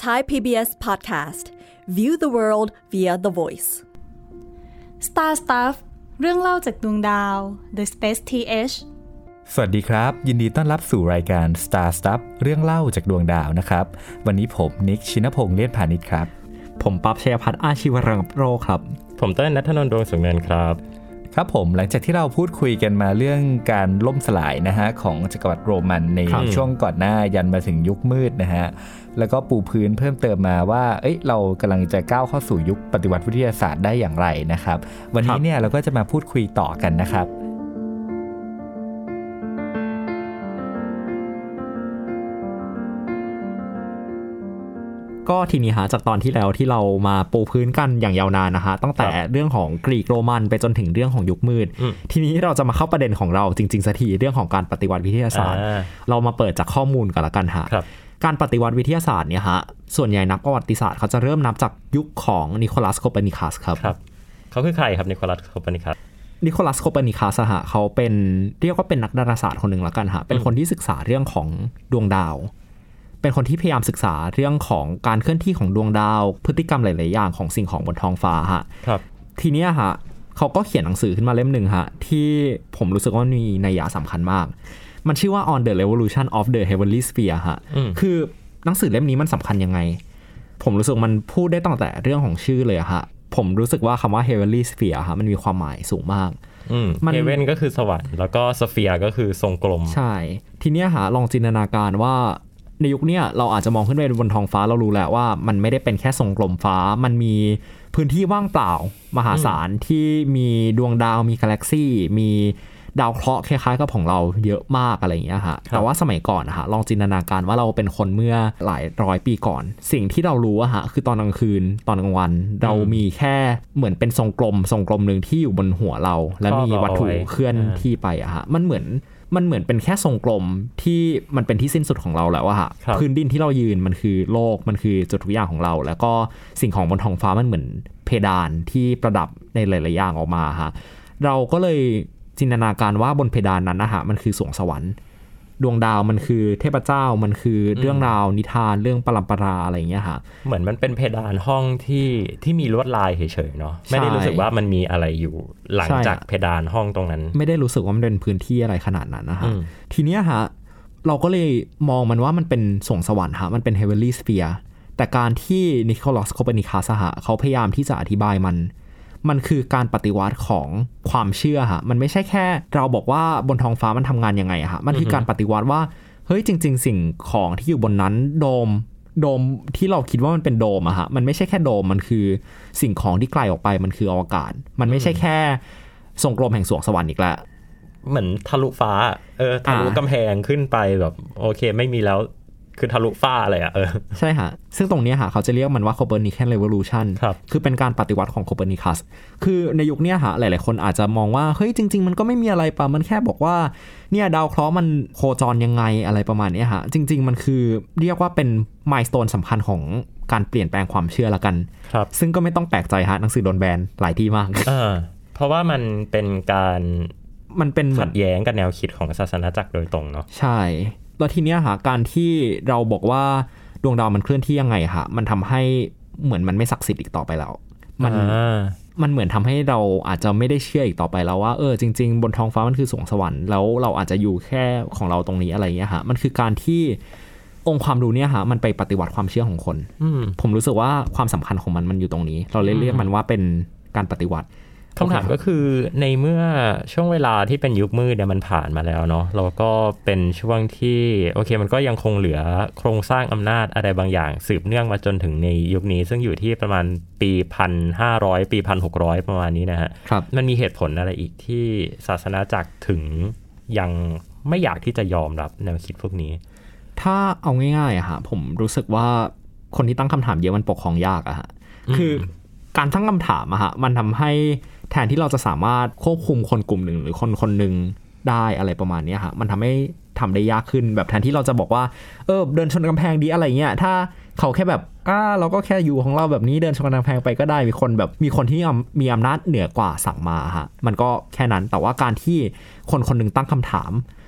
Thai PBS Podcast View the world via the voice Star Stuff เรื่องเล่าจากดวงดาว The Space TH สวัสดีครับยินดีต้อนรับสู่รายการ Star Stuff เรื่องเล่าจากดวงดาวนะครับวันนี้ผมนิกชินพงษ์เลียดพานิชครับผมปั๊บชัยพัฒน์อาชีวรังโรครับผมเต้นณัฐนนท์ดวงสุขเนินครับครับผมหลังจากที่เราพูดคุยกันมาเรื่องการล่มสลายนะฮะของจักรวรรดิโรมันในช่วงก่อนหน้ายันมาถึงยุคมืดนะฮะแล้วก็ปูพื้นเพิ่มเติมมาว่าเรากำลังจะก้าวเข้าสู่ยุคปฏิวัติวิทยาศาสตร์ได้อย่างไรนะครับวันนี้เนี่ยเราก็จะมาพูดคุยต่อกันนะครับก็ทีนี้ฮะจากตอนที่แล้วที่เรามาปูพื้นกันอย่างยาวนานนะฮะตั้งแต่เรื่องของกรีกโรมันไปจนถึงเรื่องของยุคมืดทีนี้เราจะมาเข้าประเด็นของเราจริงๆสักทีเรื่องของการปฏิวัติวิทยาศาสตร์เรามาเปิดจากข้อมูลกันละกันฮะการปฏิวัติวิทยาศาสตร์เนี่ยฮะส่วนใหญ่นักประวัติศาสตร์เขาจะเริ่มนับจากยุคของนิโคลัสโคเปอร์นิคัสครับเขาคือใครครับนิโคลัสโคเปอร์นิคัสโคเปอร์นิคัสฮะเขาเป็นเรียกว่าเป็นนักดาราศาสตร์คนหนึ่งละกันฮะเป็นคนที่ศึกษาเรื่องของดวงดาวเป็นคนที่พยายามศึกษาเรื่องของการเคลื่อนที่ของดวงดาวพฤติกรรมหลายๆอย่างของสิ่งของบนท้องฟ้าฮะทีนี้ฮะเขาก็เขียนหนังสือขึ้นมาเล่มหนึ่งฮะที่ผมรู้สึกว่ามีนัยยะสำคัญมากมันชื่อว่า On the Revolution of the Heavenly Sphere ฮะคือหนังสือเล่มนี้มันสำคัญยังไงผมรู้สึกมันพูดได้ตั้งแต่เรื่องของชื่อเลยฮะผมรู้สึกว่าคำว่า Heavenly Sphere ฮะมันมีความหมายสูงมาก Heaven ก็คือสวรรค์แล้วก็ Sphere ก็คือทรงกลมใช่ทีนี้ฮะลองจินตนาการว่าในยุคนี้เราอาจจะมองขึ้นไปบนท้องฟ้าเรารู้แล้วว่ามันไม่ได้เป็นแค่ทรงกลมฟ้ามันมีพื้นที่ว่างเปล่ามหาศาลที่มีดวงดาวมีกาแล็กซี่มีดาวเคราะห์คล้ายๆกับของเราเยอะมากอะไรอย่างเงี้ยฮะแต่ว่าสมัยก่อนนะฮะลองจินตนาการว่าเราเป็นคนเมื่อหลายร้อยปีก่อนสิ่งที่เรารู้อะฮะคือตอนกลางคืนตอนกลางวันเรามีแค่เหมือนเป็นทรงกลมนึงที่อยู่บนหัวเราและมีวัตถุเคลื่อนที่ไปอะฮะมันเหมือนเป็นแค่ทรงกลมที่มันเป็นที่สิ้นสุดของเราแล้วอะฮะพื้นดินที่เรายืนมันคือโลกมันคือจุดทุกอย่างของเราแล้วก็สิ่งของบนท้องฟ้ามันเหมือนเพดานที่ประดับในหลายๆอย่างออกมาฮะเราก็เลยจินตนาการว่าบนเพดานนั้นนะฮะมันคือสวงสวรรค์ดวงดาวมันคือเทพเจ้ามันคือเรื่องราวนิทานเรื่องปรัมปราอะไรอย่างเงี้ยฮะเหมือนมันเป็นเพดานห้องที่มีลวดลายเฉยๆเนาะไม่ได้รู้สึกว่ามันมีอะไรอยู่หลังจากเพดานห้องตรงนั้นไม่ได้รู้สึกว่ามันเป็นพื้นที่อะไรขนาดนั้นนะฮะทีเนี้ยฮะเราก็เลยมองมันว่ามันเป็นสวงสวรรค์ฮะมันเป็น Heavenly Sphere แต่การที่นิโคลัสโคเปอร์นิคัสฮะเขาพยายามที่จะอธิบายมันคือการปฏิวัติของความเชื่อฮะมันไม่ใช่แค่เราบอกว่าบนท้องฟ้ามันทำงานยังไงฮะมันคือการปฏิวัติว่าเฮ้ยจริงๆสิ่งของที่อยู่บนนั้นโดมที่เราคิดว่ามันเป็นโดมอะฮะมันไม่ใช่แค่โดมมันคือสิ่งของที่ไกลออกไปมันคืออวกาศมันไม่ใช่แค่ทรงกลมแห่งสวงสวรรค์อีกแล้วเหมือนทะลุฟ้าทะลุกำแพงขึ้นไปแบบโอเคไม่มีแล้วคือทะลุฟ้าอะไรใช่ฮะซึ่งตรงนี้ฮะเขาจะเรียกมันว่า Copernican Revolution คือเป็นการปฏิวัติของโคเปอร์นิคัสคือในยุคนี้ฮะหลายๆคนอาจจะมองว่าเฮ้ยจริงๆมันก็ไม่มีอะไรป่ะมันแค่บอกว่าเนี่ยดาวเคราะห์มันโคจรยังไงอะไรประมาณนี้ฮะจริงๆมันคือเรียกว่าเป็นมายสโตนสำคัญของการเปลี่ยนแปลงความเชื่อละกันซึ่งก็ไม่ต้องแปลกใจฮะหนังสือโดนแบนหลายที่มากเพราะว่ามันเป็นการมันเป็นขัดแย้งกับแนวคิดของศาสนาจักรโดยตรงเนาะใช่แล้วทีเนี้ยหาการที่เราบอกว่าดวงดาวมันเคลื่อนที่ยังไงฮะมันทำให้เหมือนมันไม่ศักดิ์สิทธิ์อีกต่อไปแล้วมันเหมือนทำให้เราอาจจะไม่ได้เชื่ออีกต่อไปแล้วว่าจริงๆบนท้องฟ้ามันคือสวงสวรรค์แล้วเราอาจจะอยู่แค่ของเราตรงนี้อะไรเงี้ยฮะมันคือการที่องค์ความรู้เนี่ยฮะมันไปปฏิวัติความเชื่อของคนผมรู้สึกว่าความสำคัญของมันอยู่ตรงนี้เราเรียกมันว่าเป็นการปฏิวัติคำถามก็คือในเมื่อช่วงเวลาที่เป็นยุคมืดเนี่ยมันผ่านมาแล้วเนาะแล้วก็เป็นช่วงที่โอเคมันก็ยังคงเหลือโครงสร้างอำนาจอะไรบางอย่างสืบเนื่องมาจนถึงในยุคนี้ซึ่งอยู่ที่ประมาณปี 1,500 ปี 1,600 ประมาณนี้นะฮะมันมีเหตุผลอะไรอีกที่ศาสนาจักรถึงยังไม่อยากที่จะยอมรับแนวคิดพวกนี้ถ้าเอาง่ายๆอะฮะผมรู้สึกว่าคนที่ตั้งคำถามเยอะมันปกครองยากอะฮะคือการตั้งคำถามอะฮะมันทำให้แทนที่เราจะสามารถควบคุมคนกลุ่มหนึ่งหรือคนหนึ่งได้อะไรประมาณนี้ฮะมันทำให้ทำได้ยากขึ้นแบบแทนที่เราจะบอกว่าเดินชนกำแพงดีอะไรเงี้ยถ้าเขาแค่แบบเราก็แค่อยู่ของเราแบบนี้เดินชนกำแพงไปก็ได้มีคนที่มีอำนาจเหนือกว่าสั่งมาฮะมันก็แค่นั้นแต่ว่าการที่คนหนึ่งตั้งคำถาม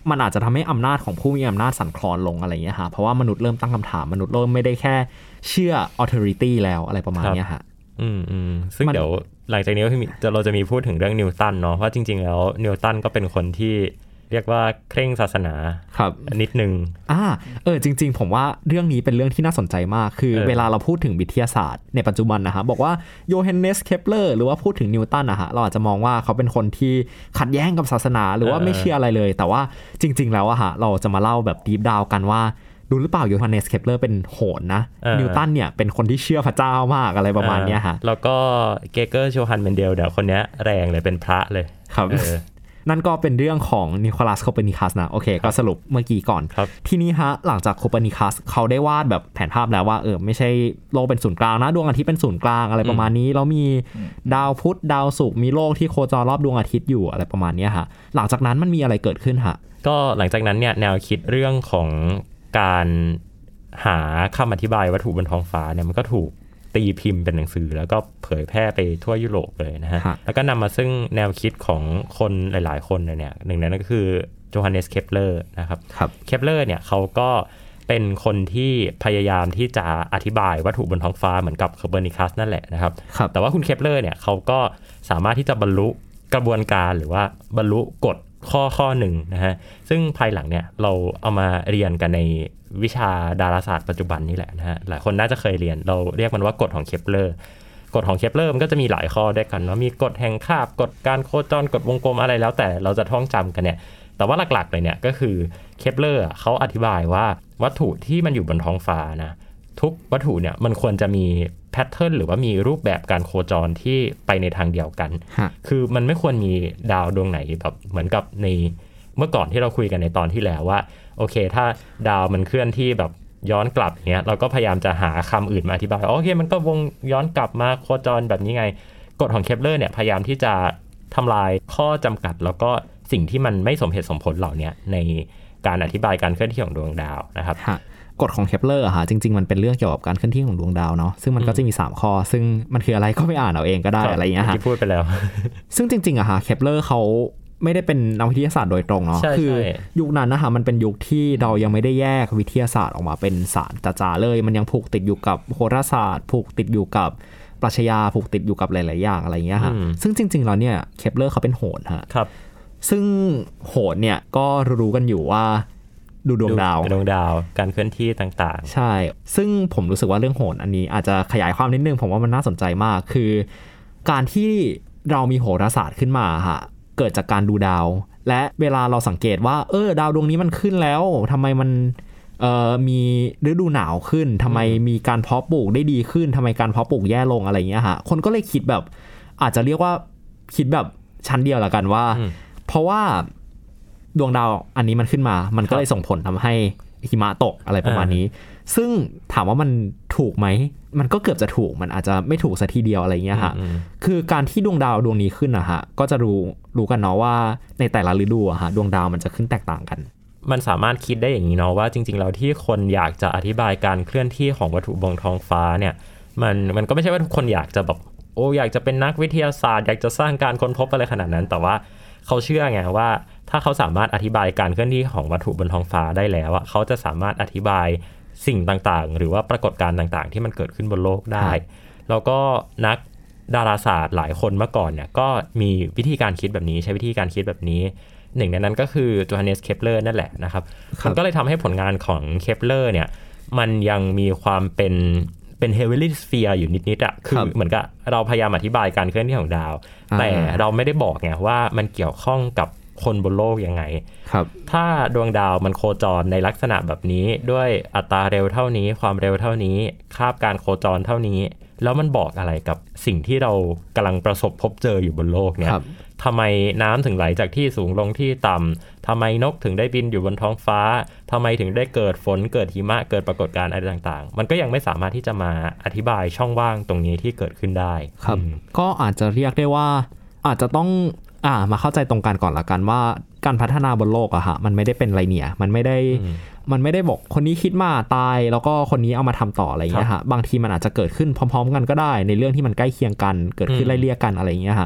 มันอาจจะทำให้อำนาจของผู้มีอำนาจสั่นคลอนลงอะไรอย่างเงี้ยฮะเพราะว่ามนุษย์เริ่มตั้งคำถามมนุษย์เริ่มไม่ได้แค่เชื่อ authority แล้วอะไรประมาณนี้ฮะซึ่งเดี๋ยวหลังจากนี้เราจะมีพูดถึงเรื่องนิวตันเนาะเพราะจริงๆแล้วนิวตันก็เป็นคนที่เรียกว่าเคร่งศาสนานิดนึงจริงๆผมว่าเรื่องนี้เป็นเรื่องที่น่าสนใจมากคือเวลาเราพูดถึงวิทยาศาสตร์ในปัจจุบันนะฮะบอกว่าโยฮันเนสเคปเลอร์หรือว่าพูดถึงนิวตันนะฮะเราอาจจะมองว่าเขาเป็นคนที่ขัดแย้งกับศาสนาหรือว่าไม่เชื่ออะไรเลยแต่ว่าจริงๆแล้วอะฮะเราจะมาเล่าแบบดีฟดาวกันว่าดูหรือเปล่าโยฮันเนสเคปเลอร์เป็นโหรนะนิวตันเนี่ยเป็นคนที่เชื่อพระเจ้ามากอะไรประมาณนี้ฮะแล้วก็เกเกอร์โชฮันเมนเดลเดี๋ยวคนนี้แรงเลยเป็นพระเลยครับนั่นก็เป็นเรื่องของนิโคลัสโคเปอร์นิคัสนะโอเคก็สรุปเมื่อกี้ก่อนทีนี้ฮะหลังจากโคเปอร์นิคัสเขาได้วาดแบบแผนภาพแล้วว่าไม่ใช่โลกเป็นศูนย์กลางนะดวงอาทิตย์เป็นศูนย์กลางอะไรประมาณนี้แล้วมีดาวพุธดาวศุกร์มีโลกที่โคจรรอบดวงอาทิตย์อยู่อะไรประมาณนี้ฮะหลังจากนั้นมันมีอะไรเกิดขึ้นฮะก็หลังจากนั้นเนี่ยแนวคิดเรื่องของการหาคำอธิบายวัตถุบนท้องฟ้าเนี่ยมันก็ถูกตีพิมพ์เป็นหนังสือแล้วก็เผยแพร่ไปทั่วยุโรปเลยนะฮะแล้วก็นำมาซึ่งแนวคิดของคนหลายๆคนเนี่ยหนึ่งในนั้นก็คือโจฮันเนสเคปเลอร์นะครับเคปเลอร์เนี่ยเขาก็เป็นคนที่พยายามที่จะอธิบายวัตถุบนท้องฟ้าเหมือนกับโคเปอร์นิคัสนั่นแหละนะครับแต่ว่าคุณเคปเลอร์เนี่ยเขาก็สามารถที่จะบรรลุกระบวนการหรือว่าบรรลุกฎข้อหนึ่งนะฮะซึ่งภายหลังเนี่ยเราเอามาเรียนกันในวิชาดาราศาสตร์ปัจจุบันนี่แหละนะฮะหลายคนน่าจะเคยเรียนเราเรียกมันว่ากฎของเคปเลอร์กฎของเคปเลอร์มันก็จะมีหลายข้อด้วยกันว่ามีกฎแห่งคาบกฎการโคจรกฎวงกลมอะไรแล้วแต่เราจะท่องจำกันเนี่ยแต่ว่าหลักๆเลยเนี่ยก็คือเคปเลอร์เขาอธิบายว่าวัตถุที่มันอยู่บนท้องฟ้านะทุกวัตถุเนี่ยมันควรจะมีแพทเทิร์นหรือว่ามีรูปแบบการโคจรที่ไปในทางเดียวกันคือมันไม่ควรมีดาวดวงไหนแบบเหมือนกับในเมื่อก่อนที่เราคุยกันในตอนที่แล้วว่าโอเคถ้าดาวมันเคลื่อนที่แบบย้อนกลับเงี้ยเราก็พยายามจะหาคำอื่นมาอธิบายโอเคมันก็วงย้อนกลับมาโคจรแบบนี้ไงกฎของเคปเลอร์เนี่ยพยายามที่จะทำลายข้อจำกัดแล้วก็สิ่งที่มันไม่สมเหตุสมผลเหล่านี้ในการอธิบายการเคลื่อนที่ของดวงดาวนะครับกฎของเคปเลอร์อะฮะจริงๆมันเป็นเรื่องเกี่ยวกับการเคลื่อนที่ของดวงดาวเนาะซึ่งมันก็จะมี3ข้อซึ่งมันคืออะไรก็ไปอ่านเอาเองก็ได้อะไรอย่างเงี้ยฮะที่พูดไปแล้วซึ่งจริงๆอะฮะเคปเลอร์เขาไม่ได้เป็นนักวิทยาศาสตร์โดยตรงเนาะคือยุคนั้นนะคะมันเป็นยุคที่เรายังไม่ได้แยกวิทยาศาสตร์ออกมาเป็นศาสตร์จ๋าๆเลยมันยังผูกติดอยู่กับโหราศาสตร์ผูกติดอยู่กับปรัชญาผูกติดอยู่กับหลายๆอย่างอะไรอย่างเงี้ยฮะซึ่งจริงๆแล้วเนี่ยเคปเลอร์เขาเป็นโหรฮะครับซึ่งโหรเนี่ยก็รู้กันอยู่ว่าดูดวงดาวการเคลื่อนที่ต่างๆใช่ซึ่งผมรู้สึกว่าเรื่องโหรอันนี้อาจจะขยายความนิดนึงผมว่ามันน่าสนใจมากคือการที่เรามีโหราศาสตร์ขึ้นมาฮะเกิดจากการดูดาวและเวลาเราสังเกตว่าดาวดวงนี้มันขึ้นแล้วทำไมมันมีฤดูหนาวขึ้นทำไมมีการเพาะปลูกได้ดีขึ้นทำไมการเพาะปลูกแย่ลงอะไรอย่างเงี้ยฮะคนก็เลยคิดแบบอาจจะเรียกว่าคิดแบบชั้นเดียวละกันว่าเพราะว่าดวงดาวอันนี้มันขึ้นมามันก็เลยส่งผลทำให้หิมะตกอะไรประมาณนี้ซึ่งถามว่ามันถูกไหมมันก็เกือบจะถูกมันอาจจะไม่ถูกซะทีเดียวอะไรเงี้ยฮะคือการที่ดวงดาวดวงนี้ขึ้นนะฮะก็จะรู้กันเนาะว่าในแต่ละฤดูอะฮะดวงดาวมันจะขึ้นแตกต่างกันมันสามารถคิดได้อย่างนี้เนาะว่าจริงๆแล้วที่คนอยากจะอธิบายการเคลื่อนที่ของวัตถุบนท้องฟ้าเนี่ยมันก็ไม่ใช่ว่าทุกคนอยากจะแบบอยากจะเป็นนักวิทยาศาสตร์อยากจะสร้างการค้นพบอะไรขนาดนั้นแต่ว่าเขาเชื่อไงว่าถ้าเขาสามารถอธิบายการเคลื่อนที่ของวัตถุบนท้องฟ้าได้แล้วอะเขาจะสามารถอธิบายสิ่งต่างๆหรือว่าปรากฏการณ์ต่างๆที่มันเกิดขึ้นบนโลกได้แล้วก็นักดาราศาสตร์หลายคนเมื่อก่อนเนี่ยก็มีวิธีการคิดแบบนี้ใช้วิธีการคิดแบบนี้หนึ่งในนั้นก็คือโจฮันเนสเคปเลอร์นั่นแหละนะครับมันก็เลยทำให้ผลงานของเคปเลอร์เนี่ยมันยังมีความเป็นเฮเวลิสเฟียร์อยู่นิดๆอ่ะคือเหมือนกับเราพยายามอธิบายการเคลื่อนที่ของดาวแต่เราไม่ได้บอกไงว่ามันเกี่ยวข้องกับคนบนโลกยังไงถ้าดวงดาวมันโคจรในลักษณะแบบนี้ด้วยอัตราเร็วเท่านี้ความเร็วเท่านี้คาบการโคจรเท่านี้แล้วมันบอกอะไรกับสิ่งที่เรากำลังประสบพบเจออยู่บนโลกเนี่ยทำไมน้ำถึงไหลจากที่สูงลงที่ต่ำทำไมนกถึงได้บินอยู่บนท้องฟ้าทำไมถึงได้เกิดฝนเกิดหิมะเกิดปรากฏการณ์อะไรต่างๆมันก็ยังไม่สามารถที่จะมาอธิบายช่องว่างตรงนี้ที่เกิดขึ้นได้ครับก็อาจจะเรียกได้ว่าอาจจะต้องมาเข้าใจตรงกันก่อนละกันว่าการพัฒนาบนโลกอะฮะมันไม่ได้เป็นไรเนี่ยมันไม่ได้บอกคนนี้คิดมาตายแล้วก็คนนี้เอามาทำต่ออะไรอย่างเงี้ยฮะบางทีมันอาจจะเกิดขึ้นพร้อมๆกันก็ได้ในเรื่องที่มันใกล้เคียงกันเกิดขึ้นไล่เลี่ยกันอะไรอย่างเงี้ยฮะ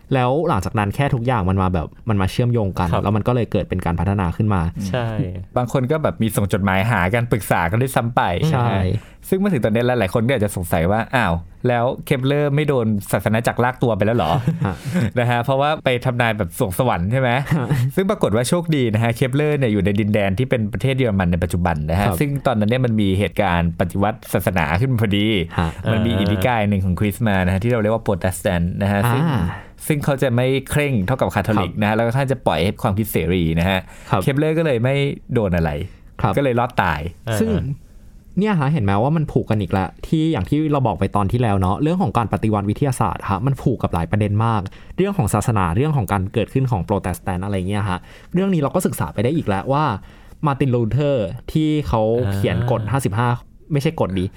แล้วหลังจากนั้นแค่ทุกอย่างมันมาเชื่อมโยงกันแล้วมันก็เลยเกิดเป็นการพัฒนาขึ้นมาใช่บางคนก็แบบมีส่งจดหมายหากันปรึกษากันด้วยซ้ำไปใช่ซึ่งมาถึงตอนนี้หลายคนก็อาจจะสงสัยว่าอ้าวแล้วเคปเลอร์ไม่โดนศาสนาจักรลากตัวไปแล้วหรอ นะฮะเพราะว่าไปทำนายแบบสวงสวรรค์ใช่ไหม ซึ่งปรากฏว่าโชคดีนะฮะเคปเลอร์เนี่ยอยู่ในดินแดนที่เป็นประเทศเยอรมันในปัจจุบันนะฮะซึ่งตอนนั้นเนี่ยมันมีเหตุการณ์ปฏิวัติศาสนาขึ้นมาพอดีมันมีอีกนิกายหนึ่งของคริสต์มานะฮะที่เราเรียกว่าโปรเตสแตนต์นะฮะซึ่งเขาจะไม่เคร่งเท่ากับคาทอลิกนะฮะแล้วก็ท่านจะปล่อยให้ความคิดเสรีนะฮะเคปเลอร์ก็เลยไม่โดนอะไรก็เลยรอดตายซึ่งเนี่ยฮะเห็นไหมว่ามันผูกกันอีกแล้วที่อย่างที่เราบอกไปตอนที่แล้วเนาะเรื่องของการปฏิวัติวิทยาศาสตร์ฮะมันผูกกับหลายประเด็นมากเรื่องของศาสนาเรื่องของการเกิดขึ้นของโปรเตสแตนต์อะไรเงี้ยฮะเรื่องนี้เราก็ศึกษาไปได้อีกแล้วว่ามาร์ตินลูเทอร์ที่เขาเขียนกฎ55ไม่ใช่กฎดี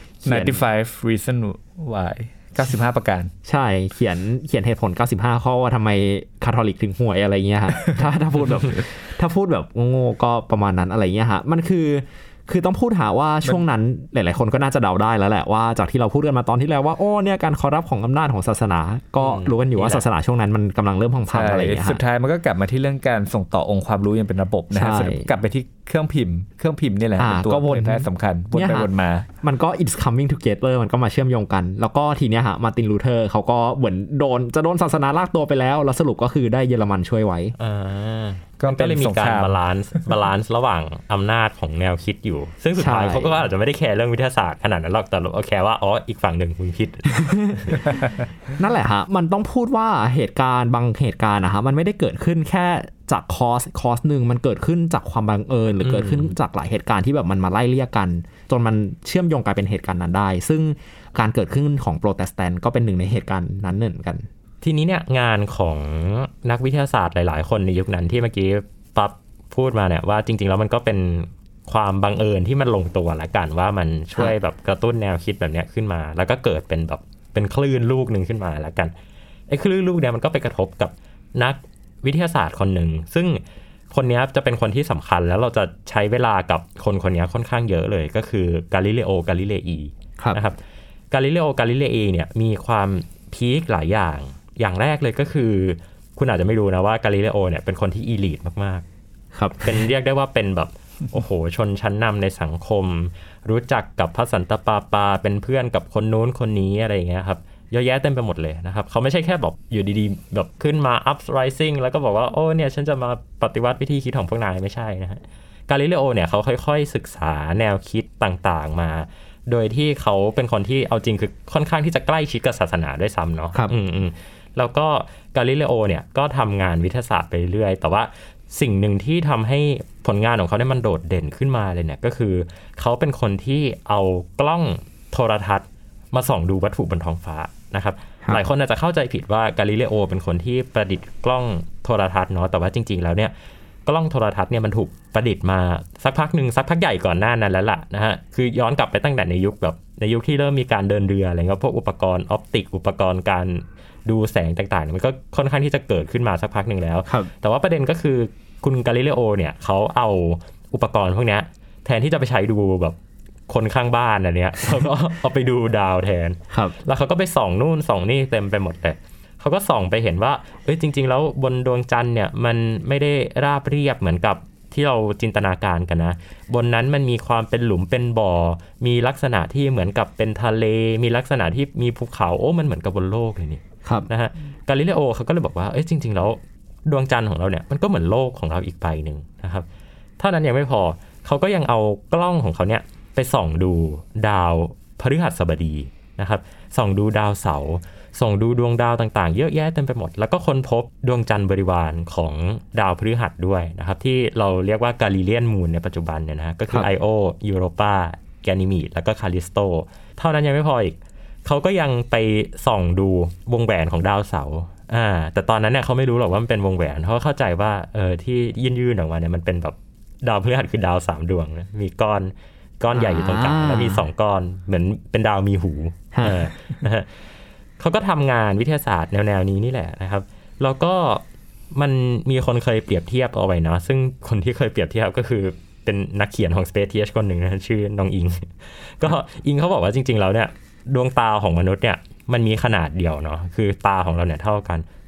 95 reason why 95ประการใช่เขียนเหตุผล95ข้อว่าทำไมคาทอลิกถึงห่วยอะไรเงี้ยฮะ ถ้าพูดแบบโง่ๆก็ประมาณนั้นอะไรเงี้ยฮะมันคือต้องพูดหาว่าช่วงนั้นหลายๆคนก็น่าจะเดาได้แล้วแหละว่าจากที่เราพูดกันมาตอนที่แล้วว่าโอ้เนี่ยการคอร์รัปของอำนาจของศาสนาก็รู้กันอยู่ว่าศาสนาช่วงนั้นมันกำลังเริ่มพังๆอะไรอย่างเงี้ยสุดท้ายมันก็กลับมาที่เรื่องการส่งต่อองค์ความรู้อย่างเป็นระบบนะฮะกลับไปที่เครื่องพิมพ์นี่แหละเป็นตัวเผยแพร่สำคัญวนไปวนมามันก็ it's coming together มันก็มาเชื่อมโยงกันแล้วก็ทีเนี้ยฮะมาร์ตินลูเทอร์เขาก็เหมือนโดนศาสนาลากตัวไปแล้วสรุปก็คือได้เยอรมันช่วยไว้ก็เลยมีการบาลานซ์ระหว่างอำนาจของแนวคิดอยู่ซึ่งสุดท้ายเขาก็อาจจะไม่ได้แคร์เรื่องวิทยาศาสตร์ขนาดนั้นหรอกแต่เราแคร์ว่าอีกฝั่งหนึ่งคุณผิดนั่นแหละฮะมันต้องพูดว่าเหตุการณ์บางเหตุการณ์นะฮะมันไม่ได้เกิดขึ้นแค่จากคอสหนึ่งมันเกิดขึ้นจากความบังเอิญหรือเกิดขึ้นจากหลายเหตุการณ์ที่แบบมันมาไล่เลี่ยกันจนมันเชื่อมโยงกลายเป็นเหตุการณ์นั้นได้ซึ่งการเกิดขึ้นของโปรเตสแตนต์ก็เป็นหนึ่งในเหตุการณ์นั้นเหมือนกันทีนี้เนี่ยงานของนักวิทยาศาสตร์หลายๆคนในยุคนั้นที่เมื่อกี้ปั๊บพูดมาเนี่ยว่าจริงๆแล้วมันก็เป็นความบังเอิญที่มันลงตัวละกันว่ามันช่วยแบบกระตุ้นแนวคิดแบบนี้ขึ้นมาแล้วก็เกิดเป็นแบบเป็นคลื่นลูกนึงขึ้นมาละกันไอ้คลื่นลูกเนี่ยมันก็ไปกระทบกับนักวิทยาศาสตร์คนหนึ่งซึ่งคนนี้จะเป็นคนที่สำคัญแล้วเราจะใช้เวลากับคนนี้ค่อนข้างเยอะเลยก็คือกาลิเลโอกาลิเลอีนะครับกาลิเลโอกาลิเลอีเนี่ยมีความพีคหลายอย่างแรกเลยก็คือคุณอาจจะไม่รู้นะว่ากาลิเลโอเนี่ยเป็นคนที่อีลีทมากๆครับเป็นเรียกได้ว่าเป็นแบบโอ้โหชนชั้นนำในสังคมรู้จักกับพระสันตะปาเป็นเพื่อนกับคนนู้นคนนี้อะไรอย่างเงี้ยครับเยอะแยะเต็มไปหมดเลยนะครับเขาไม่ใช่แค่แบบอยู่ดีๆแบบขึ้นมา uprising แล้วก็บอกว่าโอ้เนี่ยฉันจะมาปฏิวัติวิธีคิดของพวกนายไม่ใช่นะฮะกาลิเลโอเนี่ยเขาค่อยๆศึกษาแนวคิดต่างๆมาโดยที่เขาเป็นคนที่เอาจริงคือค่อนข้างที่จะใกล้ชิดกับศาสนาด้วยซ้ำเนาะแล้วก็กาลิเลโอเนี่ยก็ทำงานวิทยาศาสตร์ไปเรื่อยแต่ว่าสิ่งหนึ่งที่ทำให้ผลงานของเขาเนี่ยมันโดดเด่นขึ้นมาเลยเนี่ยก็คือเขาเป็นคนที่เอากล้องโทรทัศน์มาส่องดูวัตถุบนท้องฟ้านะครับหลายคนอาจจะเข้าใจผิดว่ากาลิเลโอเป็นคนที่ประดิษฐ์กล้องโทรทัศน์เนาะแต่ว่าจริงๆแล้วเนี่ยกล้องโทรทัศน์เนี่ยมันถูกประดิษฐ์มาสักพักใหญ่ก่อนหน้านั้นแล้วล่ะนะฮะคือย้อนกลับไปตั้งแต่ในยุคที่เริ่มมีการเดินเรืออะไรเงี้ยพวกอุปกรณ์ออปติกอุปกรณ์การดูแสงต่างๆมันก็ค่อนข้างที่จะเกิดขึ้นมาสักพักนึงแล้วแต่ว่าประเด็นก็คือคุณกาลิเลโอเนี่ยเขาเอาอุปกรณ์พวกนี้แทนที่จะไปใช้ดูแบบคนข้างบ้านอันเนี้ยเขาก็เอาไปดูดาวแทนแล้วเขาก็ไปส่องนู่นส่องนี่เต็มไปหมดเลยเขาก็ส่องไปเห็นว่าจริงๆแล้วบนดวงจันทร์เนี่ยมันไม่ได้ราบเรียบเหมือนกับที่เราจินตนาการกันนะบนนั้นมันมีความเป็นหลุมเป็นบ่อมีลักษณะที่เหมือนกับเป็นทะเลมีลักษณะที่มีภูเขามันเหมือนกับบนโลกเลยนี่นะฮะกาลิเลโอเขาก็เลยบอกว่าจริงๆแล้วดวงจันทร์ของเราเนี่ยมันก็เหมือนโลกของเราอีกใบนึงนะครับเท่านั้นยังไม่พอเขาก็ยังเอากล้องของเขาเนี่ยไปส่องดูดาวพฤหัสบดีนะครับส่องดูดาวเสาร์ส่องดูดวงดาวต่างๆเยอะแยะเต็มไปหมดแล้วก็ค้นพบดวงจันทร์บริวารของดาวพฤหัสด้วยนะครับที่เราเรียกว่ากาลิเลียนมูนในปัจจุบันเนี่ยนะก็คือไอโอยูโรปาแกนิมีดแล้วก็คาลิสโตเท่านั้นยังไม่พออีกเขาก็ยังไปส่องดูวงแหวนของดาวเสาร์แต่ตอนนั้นเนี่ยเขาไม่รู้หรอกว่ามันเป็นวงแหวนเขาเข้าใจว่าที่ยื่นออกมาเนี่ยมันเป็นแบบดาวพฤหัสคือดาว3ดวงนะมีก้อนใหญ่อยู่ตรงกลางแล้วมี2ก้อนเหมือนเป็นดาวมีหูนะฮะเขาก็ทำงานวิทยาศาสตร์แนวนี้นี่แหละนะครับแล้วก็มันมีคนเคยเปรียบเทียบเอาไว้เนาะซึ่งคนที่เคยเปรียบเทียบก็คือเป็นนักเขียนของ Space TH คนหนึ่งนะชื่อน้องอิงก็อิงเขาบอกว่าจริงๆแล้วเนี่ยดวงตาของมนุษย์เนี่ยมันมีขนาดเดียวเนาะคือตาของเราเนี่ยเท่ากัน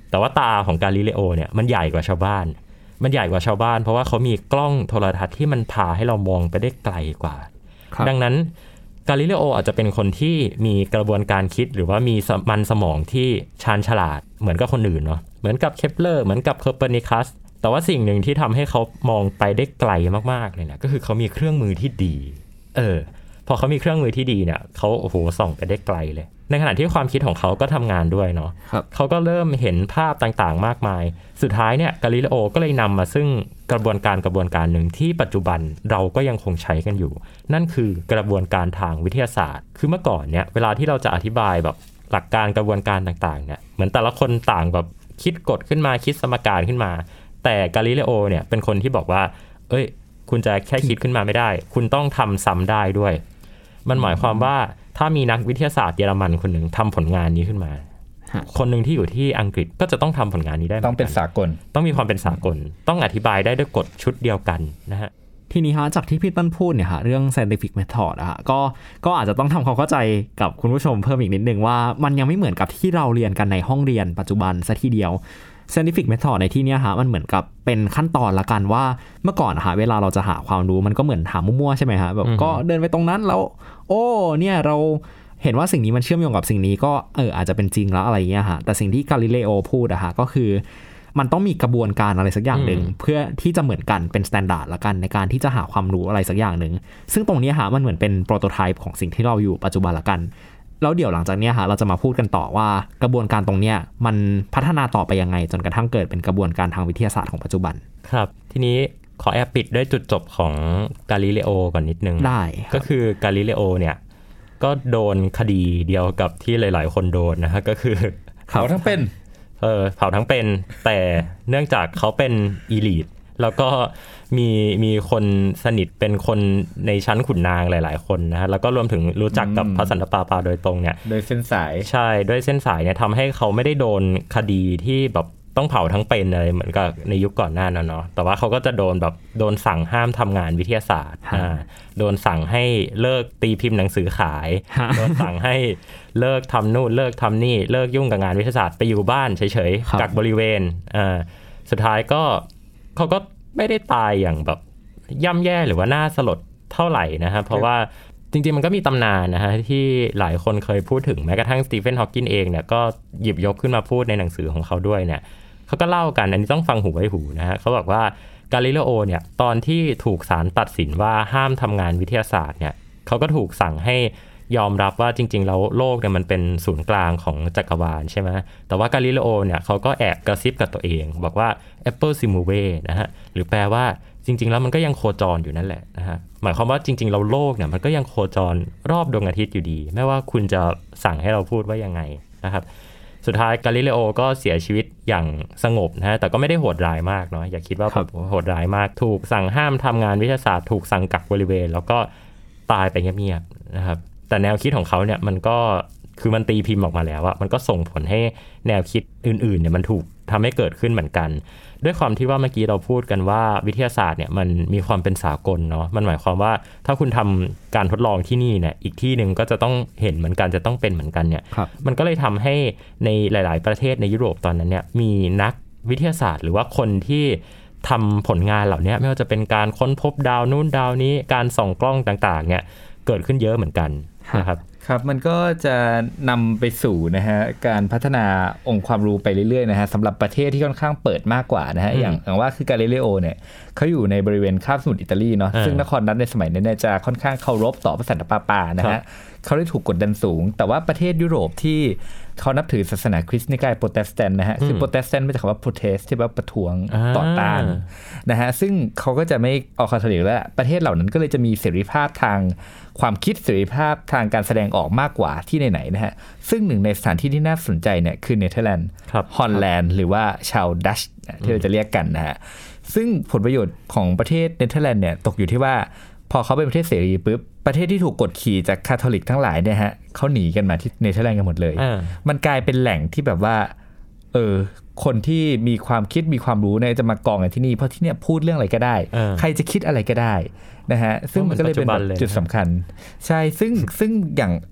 แต่ว่าตาของกาลิเลโอเนี่ยมันใหญ่กว่าชาวบ้านเพราะว่าเขามีกล้องโทรทัศน์ที่มันพาให้เรามองไปได้ไกลกว่าดังนั้นกาลิเลโออาจจะเป็นคนที่มีกระบวนการคิดหรือว่ามีมันสมองที่ชาญฉลาดเหมือนกับคนอื่นเนาะเหมือนกับเคปเลอร์เหมือนกับโคเปอร์นิคัสแต่ว่าสิ่งหนึ่งที่ทำให้เขามองไปได้ไกลมากๆเลยนะก็คือเขามีเครื่องมือที่ดีพอเขามีเครื่องมือที่ดีเนี่ยเขาโอ้โหส่องไปได้ไกลเลยในขณะที่ความคิดของเขาก็ทำงานด้วยเนาะเขาก็เริ่มเห็นภาพต่างๆมากมายสุดท้ายเนี่ยกาลิเลโอก็เลยนำมาซึ่งกระบวนการหนึ่งที่ปัจจุบันเราก็ยังคงใช้กันอยู่นั่นคือกระบวนการทางวิทยาศาสตร์คือเมื่อก่อนเนี่ยเวลาที่เราจะอธิบายแบบหลักการกระบวนการต่างๆเนี่ยเหมือนแต่ละคนต่างแบบคิดกฎขึ้นมาคิดสมการขึ้นมาแต่กาลิเลโอเนี่ยเป็นคนที่บอกว่าคุณจะแค่คิดขึ้นมาไม่ได้คุณต้องทำซ้ำได้ด้วยมันหมายความว่าถ้ามีนักวิทยาศาสตร์เยอรมันคนหนึ่งทำผลงานนี้ขึ้นมาคนหนึ่งที่อยู่ที่อังกฤษก็จะต้องทำผลงานนี้ได้ต้องเป็นสากลต้องมีความเป็นสากลต้องอธิบายได้ด้วยกฎชุดเดียวกันนะฮะทีนี้ฮะจากที่พี่ต้นพูดเนี่ยฮะเรื่อง scientific method อะฮะก็อาจจะต้องทำความเข้าใจกับคุณผู้ชมเพิ่มอีกนิดนึงว่ามันยังไม่เหมือนกับที่เราเรียนกันในห้องเรียนปัจจุบันซะทีเดียว scientific method ในที่นี้ฮะมันเหมือนกับเป็นขั้นตอนละกันว่าเมื่อก่อนฮะเวลาเราจะหาความรู้มันก็เหมือนหามั่วๆใช่ไหมฮะแบบก็เดินไปตรงนั้นแล้วเนี่ยเราเห็นว่าสิ่งนี้มันเชื่อมโยงกับสิ่งนี้ก็อาจจะเป็นจริงแล้วอะไรเงี้ยฮะแต่สิ่งที่กาลิเลโอพูดอะฮะก็คือมันต้องมีกระบวนการอะไรสักอย่างหนึ่งเพื่อที่จะเหมือนกันเป็นสแตนดาร์ดละกันในการที่จะหาความรู้อะไรสักอย่างหนึ่งซึ่งตรงนี้ฮะมันเหมือนเป็นโปรโตไทป์ของสิ่งที่เราอยู่ปัจจุบันละกันแล้วเดี๋ยวหลังจากนี้ฮะเราจะมาพูดกันต่อว่ากระบวนการตรงเนี้ยมันพัฒนาต่อไปยังไงจนกระทั่งเกิดเป็นกระบวนการทางวิทยาศาสตร์ของปัจจุบันครับทีนี้ขอแอบปิดด้วยจุดจบของกาลิเลโอก่อนนิดนึงได้ก็คือกาลิเลโอเนี่ยก็โดนคดีเดียวกับที่หลายๆคนโดนนะฮะก็คือเผาทั้งเป็นเผาทั้งเป็นแต่เนื่องจากเขาเป็นอีลีทแล้วก็มีคนสนิทเป็นคนในชั้นขุนนางหลายๆคนนะฮะแล้วก็รวมถึงรู้จักกับพระสันตะปาปาโดยตรงเนี่ยโดยเส้นสายใช่ด้วยเส้นสายเนี่ยทำให้เขาไม่ได้โดนคดีที่แบบต้องเผาทั้งเป็นอะไรเหมือนกับในยุคก่อนหน้านั้นเนาะแต่ว่าเขาก็จะโดนสั่งห้ามทำงานวิทยาศาสตร์โดนสั่งให้เลิกตีพิมพ์หนังสือขายโดนสั่งให้เลิกทำนู่นเลิกทำนี่เลิกยุ่งกับงานวิทยาศาสตร์ไปอยู่บ้านเฉยๆกักบริเวณสุดท้ายก็เขาก็ไม่ได้ตายอย่างแบบย่ำแย่หรือว่าน่าสลดเท่าไหร่นะฮะเพราะว่าจริงๆมันก็มีตำนานนะฮะที่หลายคนเคยพูดถึงแม้กระทั่งสตีเฟนฮอว์กินเองเนี่ยก็หยิบยกขึ้นมาพูดในหนังสือของเขาด้วยเนี่ยเขาก็เล่ากันอันนี้ต้องฟังหูไว้หูนะฮะเขาบอกว่ากาลิเลโอเนี่ยตอนที่ถูกศาลตัดสินว่าห้ามทำงานวิทยาศาสตร์เนี่ยเขาก็ถูกสั่งให้ยอมรับว่าจริงๆแล้วโลกเนี่ยมันเป็นศูนย์กลางของจักรวาลใช่ไหมแต่ว่ากาลิเลโอเนี่ยเขาก็แอบกระซิบกับตัวเองบอกว่า Apple Simove นะฮะหรือแปลว่าจริงๆแล้วมันก็ยังโคจรอยู่นั่นแหละนะฮะหมายความว่าจริงๆเราโลกเนี่ยมันก็ยังโคจรรอบดวงอาทิตย์อยู่ดีไม่ว่าคุณจะสั่งให้เราพูดว่ายังไงนะครับสุดท้ายกาลิเลโอก็เสียชีวิตอย่างสงบนะฮะแต่ก็ไม่ได้โหดร้ายมากเนาะอย่าคิดว่าโหดร้ายมากถูกสั่งห้ามทำงานวิทยาศาสตร์ถูกสั่งกักบริเวณแล้วก็ตายไปเงียบๆนะครับแต่แนวคิดของเขาเนี่ยมันก็คือมันตีพิมพ์ออกมาแล้วอะมันก็ส่งผลให้แนวคิดอื่นๆเนี่ยมันถูกทำให้เกิดขึ้นเหมือนกันด้วยความที่ว่าเมื่อกี้เราพูดกันว่าวิทยาศาสตร์เนี่ยมันมีความเป็นสากลเนาะมันหมายความว่าถ้าคุณทำการทดลองที่นี่เนี่ยอีกที่นึงก็จะต้องเห็นเหมือนกันจะต้องเป็นเหมือนกันเนี่ยมันก็เลยทำให้ในหลายๆประเทศในยุโรปตอนนั้นเนี่ยมีนักวิทยาศาสตร์หรือว่าคนที่ทำผลงานเหล่านี้ไม่ว่าจะเป็นการค้นพบดาวนู้นดาวนี้การส่องกล้องต่างๆเนี่ยเกิดขึ้นเยอะเหมือนกันนะครับครับมันก็จะนำไปสู่นะฮะการพัฒนาองค์ความรู้ไปเรื่อยๆนะฮะสำหรับประเทศที่ค่อนข้างเปิดมากกว่านะฮะอย่างว่าคือกาลิเลโอเนี่ยเขาอยู่ในบริเวณคาบสมุทรอิตาลีเนาะซึ่งนครนั้นในสมัยนั้นเนี่ยจะค่อนข้างเคารพต่อพระสันตะปาปานะฮะเขาได้ถูกกดดันสูงแต่ว่าประเทศยุโรปที่เขานับถือศาสนาคริสต์นิกายโปรเตสแตนต์นะฮะคือโปรเตสแตนต์มาจากคำว่า protest ที่แปลว่าประท้วงต่อต้านนะฮะซึ่งเขาก็จะไม่ออกคาทอลิกแล้วประเทศเหล่านั้นก็เลยจะมีเสรีภาพทางความคิดเสรีภาพทางการแสดงออกมากกว่าที่ไหนๆนะฮะซึ่งหนึ่งในสถานที่ที่น่าสนใจเนี่ยคือเนเธอร์แลนด์ฮอลแลนด์หรือว่าชาวดัชที่เราจะเรียกกันนะฮะซึ่งผลประโยชน์ของประเทศเนเธอร์แลนด์เนี่ยตกอยู่ที่ว่าพอเขาเป็นประเทศเสรีปุ๊บประเทศที่ถูกกดขี่จากคาทอลิกทั้งหลายเนี่ยฮะเขาหนีกันมาที่เนเธอร์แลนด์กันหมดเลยมันกลายเป็นแหล่งที่แบบว่าคนที่มีความคิดมีความรู้เนี่ยจะมากองกันที่นี่เพราะที่เนี่ยพูดเรื่องอะไรก็ได้ใครจะคิดอะไรก็ได้นะฮะซึ่งมันก็เลยเป็นจุดสำคัญใช่ซึ่งอย่าง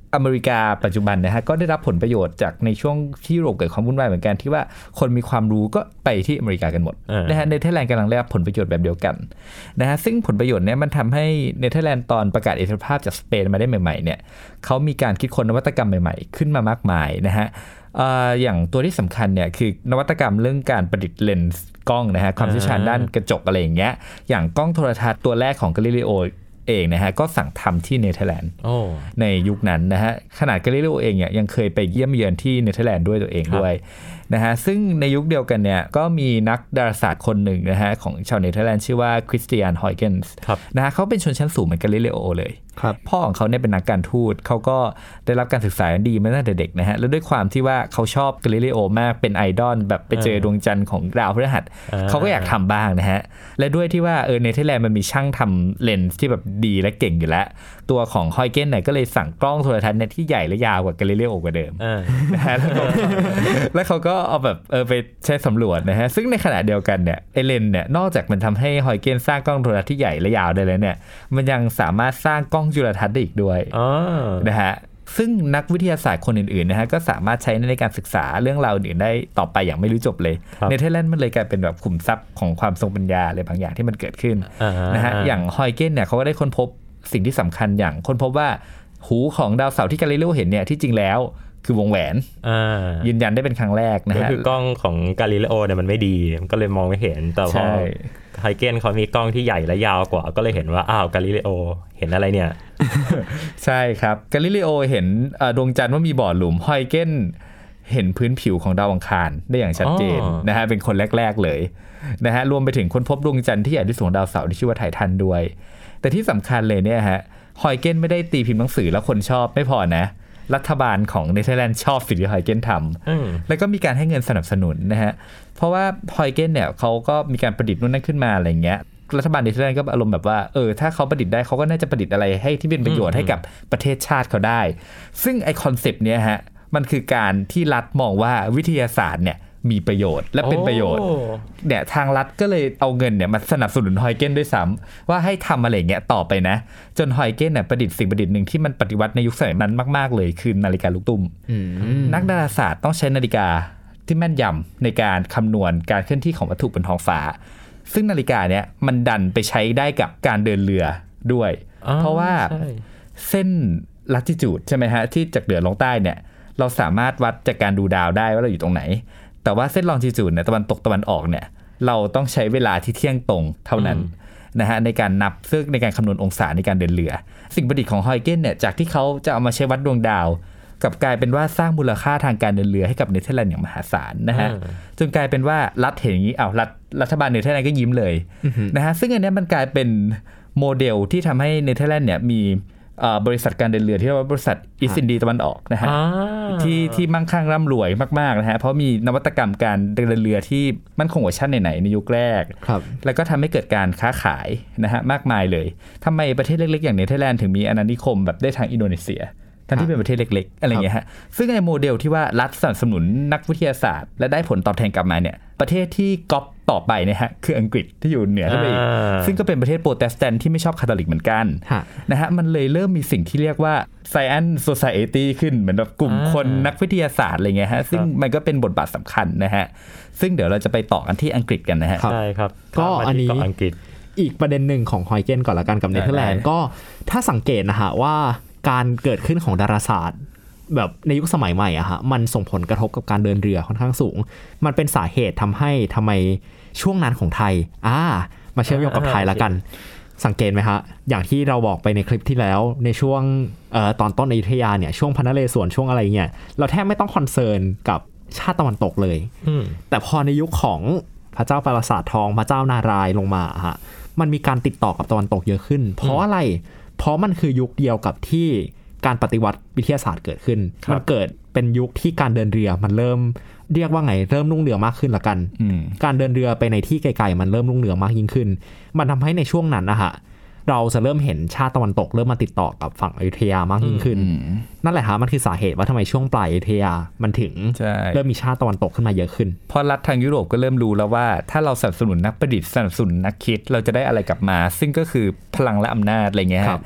อเมริกาปัจจุบันนะฮะก็ได้รับผลประโยชน์จากในช่วงที่ยุโรปเกิดความวุ่นวายเหมือนกันที่ว่าคนมีความรู้ก็ไปที่อเมริกากันหมดนะฮะเนเธอร์แลนด์กำลังได้รับผลประโยชน์แบบเดียวกันนะฮะซึ่งผลประโยชน์เนี้ยมันทำให้เนเธอร์แลนด์ตอนประกาศเอกภาพจากสเปนมาได้ใหม่ๆเนี่ยเขามีการคิดค้นนวัตกรรมใหม่ๆขึ้นมามากมายนะฮะอย่างตัวที่สำคัญเนี่ยคือนวัตกรรมเรื่องการประดิษฐ์เลนส์กล้องนะฮะความเชี่ยวชาญด้านกระจกอะไรอย่างเงี้ยอย่างกล้องโทรทัศน์ตัวแรกของกาลิเลโอเองนะฮะก็สั่งทำที่เนเธอร์แลนด์ในยุคนั้นนะฮะขนาดกาลิเลโอเองเนี่ยยังเคยไปเยี่ยมเยือนที่เนเธอร์แลนด์ด้วยตัวเองด้วยนะฮะซึ่งในยุคเดียวกันเนี่ยก็มีนักดาราศาสตร์คนหนึ่งนะฮะของชาวเนเธอร์แลนด์ชื่อว่าคริสเตียนฮอยเกนส์นะฮะเขาเป็นชนชั้นสูงเหมือนกาลิเลโอเลยพ่อของเขาเนี่ยเป็นนักการทูตเขาก็ได้รับการศึกษาดีมาตั้งแต่เด็กนะฮะแล้วด้วยความที่ว่าเขาชอบกาลิเลโอมากเป็นไอดอลแบบไปเจอดวงจันทร์ของดาวพฤหัสเขาก็อยากทำบ้างนะฮะและด้วยที่ว่าเนเธอร์แลนด์มันมีช่างทำเลนส์ที่แบบดีและเก่งอยู่แล้วตัวของฮอยเกนเนี่ยก็เลยสั่งกล้องโทรทัศน์เนี่ยที่ใหญ่และยาวกว่ากาลิเลโอกว่าเดิมนะฮะแล้วเขาก็เอาแบบไปใช้สำรวจนะฮะซึ่งในขณะเดียวกันเนี่ยไอเลนส์เนี่ยนอกจากมันทำให้ฮอยเกนสร้างกล้องโทรทัศน์ที่ใหญ่และยาวได้แล้วเนี่ยมันยังสามารถสร้างกล้องจุลทรรศน์ได้อีกด้วยนะฮะซึ่งนักวิทยาศาสตร์คนอื่นๆนะฮะก็สามารถใช้ในการศึกษาเรื่องราวอื่นได้ต่อไปอย่างไม่รู้จบเลยเนเธอร์แลนด์มันเลยกลายเป็นแบบขุมทรัพย์ของความทรงปัญญาอะไรบางอย่างที่มันเกิดขึ้นนะฮะอย่างฮอยเกนเนี่ยเขาก็ได้ค้นพบสิ่งที่สำคัญอย่างค้นพบว่าหูของดาวเสาร์ที่กาลิเลโอเห็นเนี่ยที่จริงแล้วคือวงแหวนยืนยันได้เป็นครั้งแรกนะฮะก็คือกล้องของกาลิเลโอเนี่ยมันไม่ดีมันก็เลยมองไม่เห็นแต่พอไฮเกนเขามีกล้องที่ใหญ่และยาวกว่าก็เลยเห็นว่าอ้าวกาลิเลโอเห็นอะไรเนี่ยใช่ครับกาลิเลโอเห็นดวงจันทร์ว่ามีบ่อหลุมฮอยเกนเห็นพื้นผิวของดาวอังคารได้อย่างชัดเจนนะฮะเป็นคนแรกๆเลยนะฮะรวมไปถึงค้นพบดวงจันทร์ที่ใหญ่ที่สุดของดาวเสาร์ที่ชื่อว่าไททันด้วยแต่ที่สำคัญเลยเนี่ยฮะฮอยเกนไม่ได้ตีพิมพ์หนังสือแล้วคนชอบไม่พอนะรัฐบาลของเนเธอร์แลนด์ชอบสิ่งที่ฮอยเกนทำแล้วก็มีการให้เงินสนับสนุนนะฮะเพราะว่าฮอยเกนเนี่ยเขาก็มีการประดิษฐ์นู่นนั่นขึ้นมาอะไรเงี้ยรัฐบาลเนเธอร์แลนด์ก็อารมณ์แบบว่าถ้าเขาประดิษฐ์ได้เขาก็น่าจะประดิษฐ์อะไรให้ที่เป็นประโยชน์ให้กับประเทศชาติเขาได้ซึ่งไอคอนเซปต์เนี้ยฮะมันคือการที่รัฐมองว่าวิทยาศาสตร์เนี่ยมีประโยชน์และเป็นประโยชน์เนี่ยทางรัฐก็เลยเอาเงินเนี่ยมาสนับสนุนฮอยเกนด้วยซ้ำว่าให้ทำอะไรเงี้ยต่อไปนะจนฮอยเกนเนี่ยประดิษฐ์สิ่งประดิษฐ์หนึ่งที่มันปฏิวัติในยุคสมัยนั้นมากๆเลยคือนาฬิกาลูกตุ้มนักดาราศาสตร์ต้องใช้นาฬิกาที่แม่นยำในการคำนวณการเคลื่อนที่ของวัตถุบนท้องฟ้าซึ่งนาฬิกาเนี่ยมันดันไปใช้ได้กับการเดินเรือด้วยเพราะว่าเส้นลัติจูดใช่ไหมฮะที่จากเหนือลงใต้เนี่ยเราสามารถวัดจากการดูดาวได้ว่าเราอยู่ตรงไหนแต่ว่าเส้นลองจิจูดเนี่ยตะวันตกตะวันออกเนี่ยเราต้องใช้เวลาที่เที่ยงตรงเท่านั้นนะฮะในการนับซึ่งในการคำนวณองศาในการเดินเรือสิ่งประดิษฐ์ของฮอยเกนเนี่ยจากที่เขาจะเอามาใช้วัดดวงดาวกับกลายเป็นว่าสร้างมูลค่าทางการเดินเรือให้กับเนเธอร์แลนด์อย่างมหาศาลนะฮะจนกลายเป็นว่ารัฐเห็นอย่างนี้รัฐบาลเนเธอร์แลนด์ก็ยิ้มเลยนะฮะซึ่งอันนี้มันกลายเป็นโมเดลที่ทำให้เนเธอร์แลนด์เนี่ยมีบริษัทการเดินเรือที่เรียกว่าบริษัทอีสต์อินดีตะวันออกนะฮะที่มั่งคั่งร่ำรวยมากๆนะฮะเพราะมีนวัตกรรมการเดินเรือที่มั่นคงกว่าชาติไหนในยุคแรกแล้วก็ทำให้เกิดการค้าขายนะฮะมากมายเลยทำไมประเทศเล็กๆอย่างเนเธอร์แลนด์ถึงมีอาณานิคมแบบได้ทางอินโดนีเซียทั้งที่เป็นประเทศเล็กๆอะไรอย่างเงี้ยฮะซึ่งในโมเดลที่ว่ารัฐสนับสนุนนักวิทยาศาสตร์และได้ผลตอบแทนกลับมาเนี่ยประเทศที่ก๊อปต่อไปนะฮะคืออังกฤษที่อยู่เหนือขึ้นไปอีกซึ่งก็เป็นประเทศโปรเตสแตนต์ที่ไม่ชอบคาทอลิกเหมือนกันนะฮะมันเลยเริ่มมีสิ่งที่เรียกว่า Science Society ขึ้นเหมือนแบบกลุ่มคนนักวิทยาศาสตร์อะไรเงี้ยฮะซึ่งมันก็เป็นบทบาทสำคัญนะฮะซึ่งเดี๋ยวเราจะไปต่อกันที่อังกฤษกันนะฮะใช่ครับก็อันนี้อีกประเด็นหนึ่งของฮอยเกนก่อนละกันกับเนเธอร์แลนด์ก็ถ้าสังเกตนะฮะว่าการเกิดขึ้นของดาราศาสตร์แบบในยุคสมัยใหม่อะฮะมันส่งผลกระทบกับการเดินเรือค่อนข้างสูงมันเป็นสาเหตุทำไมช่วงนั้นของไทยมาเชื่อมโยงกับไทยละกันสังเกตไหมฮะอย่างที่เราบอกไปในคลิปที่แล้วในช่วงตอนต้นอยุธยาเนี่ยช่วงพระนเรศวรช่วงอะไรเงี้ยเราแทบไม่ต้องคอนเซิร์นกับชาติตะวันตกเลยแต่พอในยุคของพระเจ้าปราสาททองพระเจ้านารายณ์ลงมาฮะมันมีการติดต่อกับตะวันตกเยอะขึ้นเพราะอะไรเพราะมันคือยุคเดียวกับที่การปฏิวัติวิทยาศาสตร์เกิดขึ้นมันเกิดเป็นยุคที่การเดินเรือมันเริ่มเรียกว่าไงเริ่มรุ่งเรืองมากขึ้นละกันการเดินเรือไปในที่ไกลๆมันเริ่มรุ่งเรืองมากยิ่งขึ้นมันทำให้ในช่วงนั้นนะฮะเราจะเริ่มเห็นชาติตะวันตกเริ่มมาติดต่อกับฝั่งอยุธยามากยิ่งขึ้นนั่นแหละฮะมันคือสาเหตุว่าทำไมช่วงปลายอยุธยามันถึงเริ่มมีชาติตะวันตกขึ้นมาเยอะขึ้นเพราะรัฐทางยุโรปก็เริ่มรู้แล้วว่าถ้าเราสนับสนุนนักประดิษฐ์สนับสนุนนักคิดเราจะได้อะไรกลับมาซึ่งก็คือพลังและอำนาจอะไรเงี้ย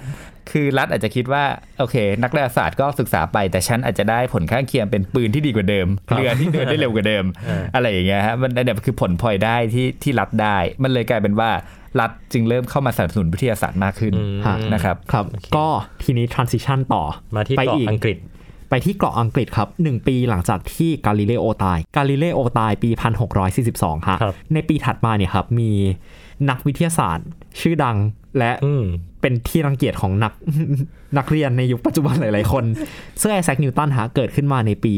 คือรัฐอาจจะคิดว่าโอเคนักดาราศาสตร์ก็ศึกษาไปแต่ฉันอาจจะได้ผลข้างเคียงเป็นปืนที่ดีกว่าเดิมเรือที่เดินได้เร็วกว่าเดิม อะไรอย่างเงี้ยฮะมันเนี่ยคือผลพลอยได้ที่รัฐได้มันเลยกลายเป็นว่ารัฐจึงเริ่มเข้ามาสนับสนุนวิทยาศาสตร์มากขึ้นนะครับครับก็ทีนี้ transition ต่อมาที่เกาะอังกฤษไปที่เกาะอังกฤษครับ1ปีหลังจากที่กาลิเลโอตายปี1642ค่ะในปีถัดมาเนี่ยครับมีนักวิทยาศาสตร์ชื่อดังและเป็นที่รังเกียจของนักเรียนในยุคปัจจุบันหลายๆคนซึ่งไอแซคนิวตันฮะเกิดขึ้นมาในปี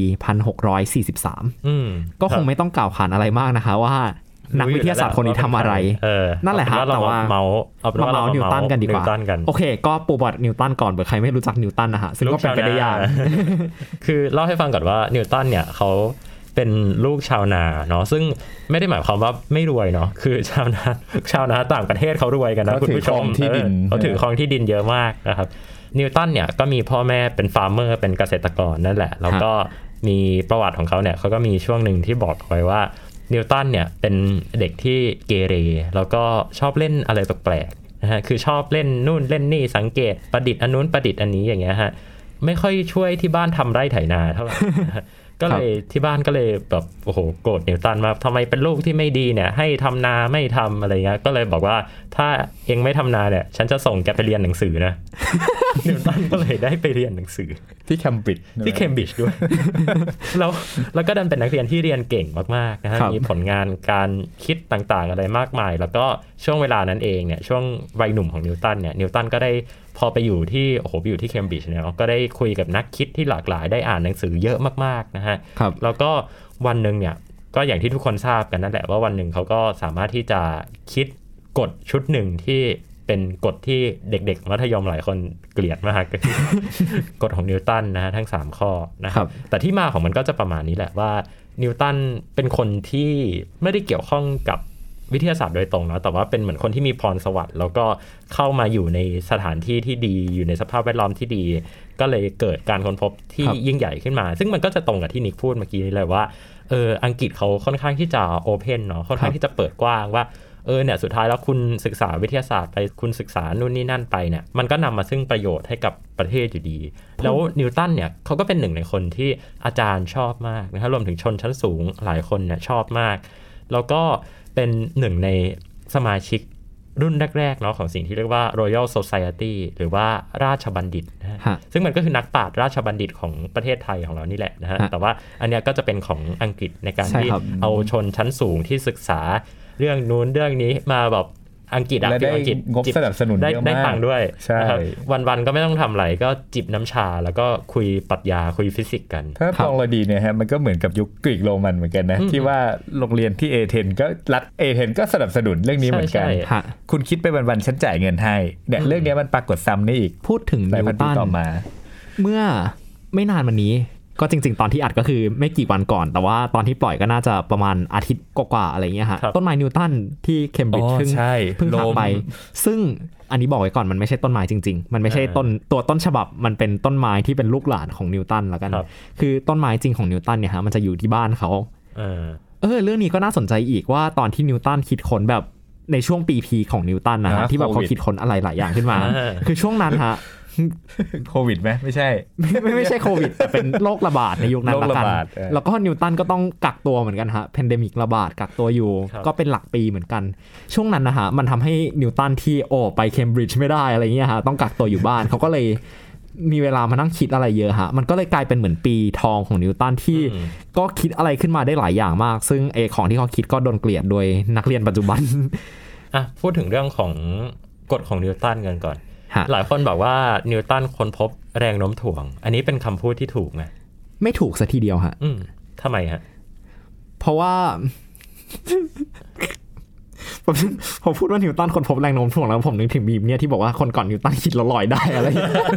1643ก็คงไม่ต้องกล่าวขานอะไรมากนะคะว่านักวิทยาศาสตร์คนนี้ทำอะไรนั่นแหละฮะแต่ว่าเมาส์นิวตันกันดีกว่าโอเคก็ปูบอดนิวตันก่อนเผื่อใครไม่รู้จักนิวตันนะฮะซึ่งก็เป็นไปได้ยากคือเล่าให้ฟังก่อนว่านิวตันเนี่ยเขาเป็นลูกชาวนาเนาะซึ่งไม่ได้หมายความว่าไม่รวยเนาะคือชาวนาต่างประเทศเขารวยกันนะคุณผู้ชมเขาถือครองที่ดินเยอะมากนะครับนิวตันเนี่ยก็มีพ่อแม่เป็นฟาร์มเมอร์เป็นเกษตรกรนั่นแหละแล้วก็มีประวัติของเขาเนี่ยเขาก็มีช่วงหนึ่งที่บอกไว้ว่านิวตันเนี่ยเป็นเด็กที่เกเรแล้วก็ชอบเล่นอะไรแปลกๆนะฮะคือชอบเล่นนู่นเล่นนี่สังเกตประดิษฐ์อันนู้นประดิษฐ์อันนี้อย่างเงี้ยฮะไม่ค่อยช่วยที่บ้านทำไร่ไถนาเท่าไหร่ก็เลยที่บ้านก็เลยแบบโอ้โหโกรธนิวตันมากทำไมเป็นลูกที่ไม่ดีเนี่ยให้ทำนาไม่ทำอะไรเงี้ยก็เลยบอกว่าถ้าเองไม่ทำนาเนี่ยฉันจะส่งแกไปเรียนหนังสือนะ นิวตันก็เลยได้ไปเรียนหนังสือที่เคมบริดจ์ด้วย แล้วก็ดันเป็นนักเรียนที่เรียนเก่งมากๆนะฮะมีผลงานการคิดต่างๆอะไรมากมายแล้วก็ช่วงเวลานั้นเองเนี่ยช่วงวัยหนุ่มของนิวตันเนี่ยนิวตันก็ได้พอไปอยู่ที่เคมบริดจ์เนี่ยก็ได้คุยกับนักคิดที่หลากหลายได้อ่านหนังสือเยอะมากๆนะฮะแล้วก็วันนึงเนี่ยก็อย่างที่ทุกคนทราบกันนั่นแหละว่าวันหนึ่งเขาก็สามารถที่จะคิดกฎชุดหนึ่งที่เป็นกฎที่เด็กๆมัธยมหลายคนเกลียดมากก็คือกฎของนิวตันนะฮะทั้ง3ข้อนะครับแต่ที่มาของมันก็จะประมาณนี้แหละว่านิวตันเป็นคนที่ไม่ได้เกี่ยวข้องกับวิทยาศาสตร์โดยตรงเนาะแต่ว่าเป็นเหมือนคนที่มีพรสวรรค์แล้วก็เข้ามาอยู่ในสถานที่ที่ดีอยู่ในสภาพแวดล้อมที่ดีก็เลยเกิดการค้นพบที่ยิ่งใหญ่ขึ้นมาซึ่งมันก็จะตรงกับที่นิกพูดเมื่อกี้เลยว่าอังกฤษเขาค่อนข้างที่จะโอเพนเนาะค่อนข้างที่จะเปิดกว้างว่าเนี่ยสุดท้ายแล้วคุณศึกษาวิทยาศาสตร์ไปคุณศึกษานู่นนี่นั่นไปเนี่ยมันก็นำมาซึ่งประโยชน์ให้กับประเทศอยู่ดีแล้วนิวตันเนี่ยเขาก็เป็นหนึ่งในคนที่อาจารย์ชอบมากนะครับรวมถึงชนชั้นสูงหลายคนเนี่ยชอบมากแล้วก็เป็นหนึ่งในสมาชิกรุ่นแรกๆเนาะของสิ่งที่เรียกว่า Royal Society หรือว่าราชบัณฑิตนะฮะซึ่งมันก็คือนักปราชญ์ราชบัณฑิตของประเทศไทยของเรานี่แหละนะฮะแต่ว่าอันเนี้ยก็จะเป็นของอังกฤษในการที่เอาชนชั้นสูงที่ศึกษาเรื่องนู้นเรื่องนี้มาแบบอังกฤษและได้งบสนับสนุนเยอะมากได้ตังค์ด้วยนะครับวันๆก็ไม่ต้องทำอะไรก็จิบน้ำชาแล้วก็คุยปรัชญาคุยฟิสิกส์กันถ้าฟังเราดีเนี่ยฮะมันก็เหมือนกับยุคกรีกโรมันเหมือนกันนะที่ว่าโรงเรียนที่เอเธนก็รัฐเอเธนก็สนับสนุนเรื่องนี้เหมือนกันคุณคิดไปวันๆฉันจ่ายเงินให้เนี่ยเรื่องนี้มันปรากฏซ้ำนี่อีกพูดถึงนิวตันต่อมาเมื่อไม่นานมานี้ก็จริงๆตอนที่อัดก็คือไม่กี่วันก่อนแต่ว่าตอนที่ปล่อยก็น่าจะประมาณอาทิตย์กว่าๆอะไรเงี้ยฮะต้นไม้นิวตันที่เคมบริดจ์เพิ่งหักไปซึ่งอันนี้บอกไว้ก่อนมันไม่ใช่ต้นไม้จริงๆมันไม่ใช่ต้นฉบับมันเป็นต้นไม้ที่เป็นลูกหลานของนิวตันแล้วกันคือต้นไม้จริงของนิวตันเนี่ยฮะมันจะอยู่ที่บ้านเขาเรื่องนี้ก็น่าสนใจอีกว่าตอนที่นิวตันคิดค้นแบบในช่วงปีพีของนิวตันนะฮะที่แบบเขาคิดค้นอะไรหลายอย่างขึ้นมาคือช่วงนั้นฮะโควิดไหมไม่ใช่ไม่ใช่โควิดแต่เป็นโรคระบาดในยุคนั้นละกันแล้วก็นิวตันก็ต้องกักตัวเหมือนกันฮะแพนเดมิกระบาดกักตัวอยู่ก็เป็นหลักปีเหมือนกันช่วงนั้นนะฮะมันทำให้นิวตันที่ไปเคมบริดจ์ไม่ได้อะไรเงี้ยฮะต้องกักตัวอยู่บ้านเขาก็เลยมีเวลามานั่งคิดอะไรเยอะฮะมันก็เลยกลายเป็นเหมือนปีทองของนิวตันที่ก็คิดอะไรขึ้นมาได้หลายอย่างมากซึ่งของที่เขาคิดก็โดนเกลียดโดยนักเรียนปัจจุบันพูดถึงเรื่องของกฎของนิวตันกันก่อนหลายคนบอกว่านิวตันค้นพบแรงโน้มถ่วงอันนี้เป็นคำพูดที่ถูกไหมไม่ถูกซะทีเดียวฮะทำไมฮะเพราะว่าผมพูดว่านิวตันค้นพบแรงโน้มถ่วงแล้วผมนึกถึงมีมเนี่ยที่บอกว่าคนก่อนนิวตันคิดแล้วลอยได้อะไร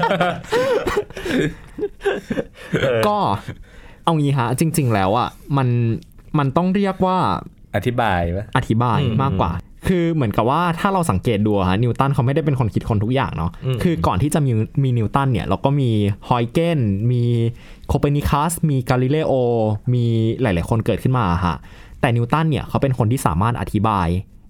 ก็เอางี้ฮะจริงๆแล้วอ่ะมันต้องเรียกว่าอธิบายมากกว่าคือเหมือนกับว่าถ้าเราสังเกตดูฮะนิวตันเขาไม่ได้เป็นคนคิดคนทุกอย่างเนาะคือก่อนที่จะมีนิวตันเนี่ยเราก็มีฮอยเกนมีโคเปนิคัสมีกาลิเลโอมีหลายๆคนเกิดขึ้นมาฮะแต่นิวตันเนี่ยเขาเป็นคนที่สามารถอธิบาย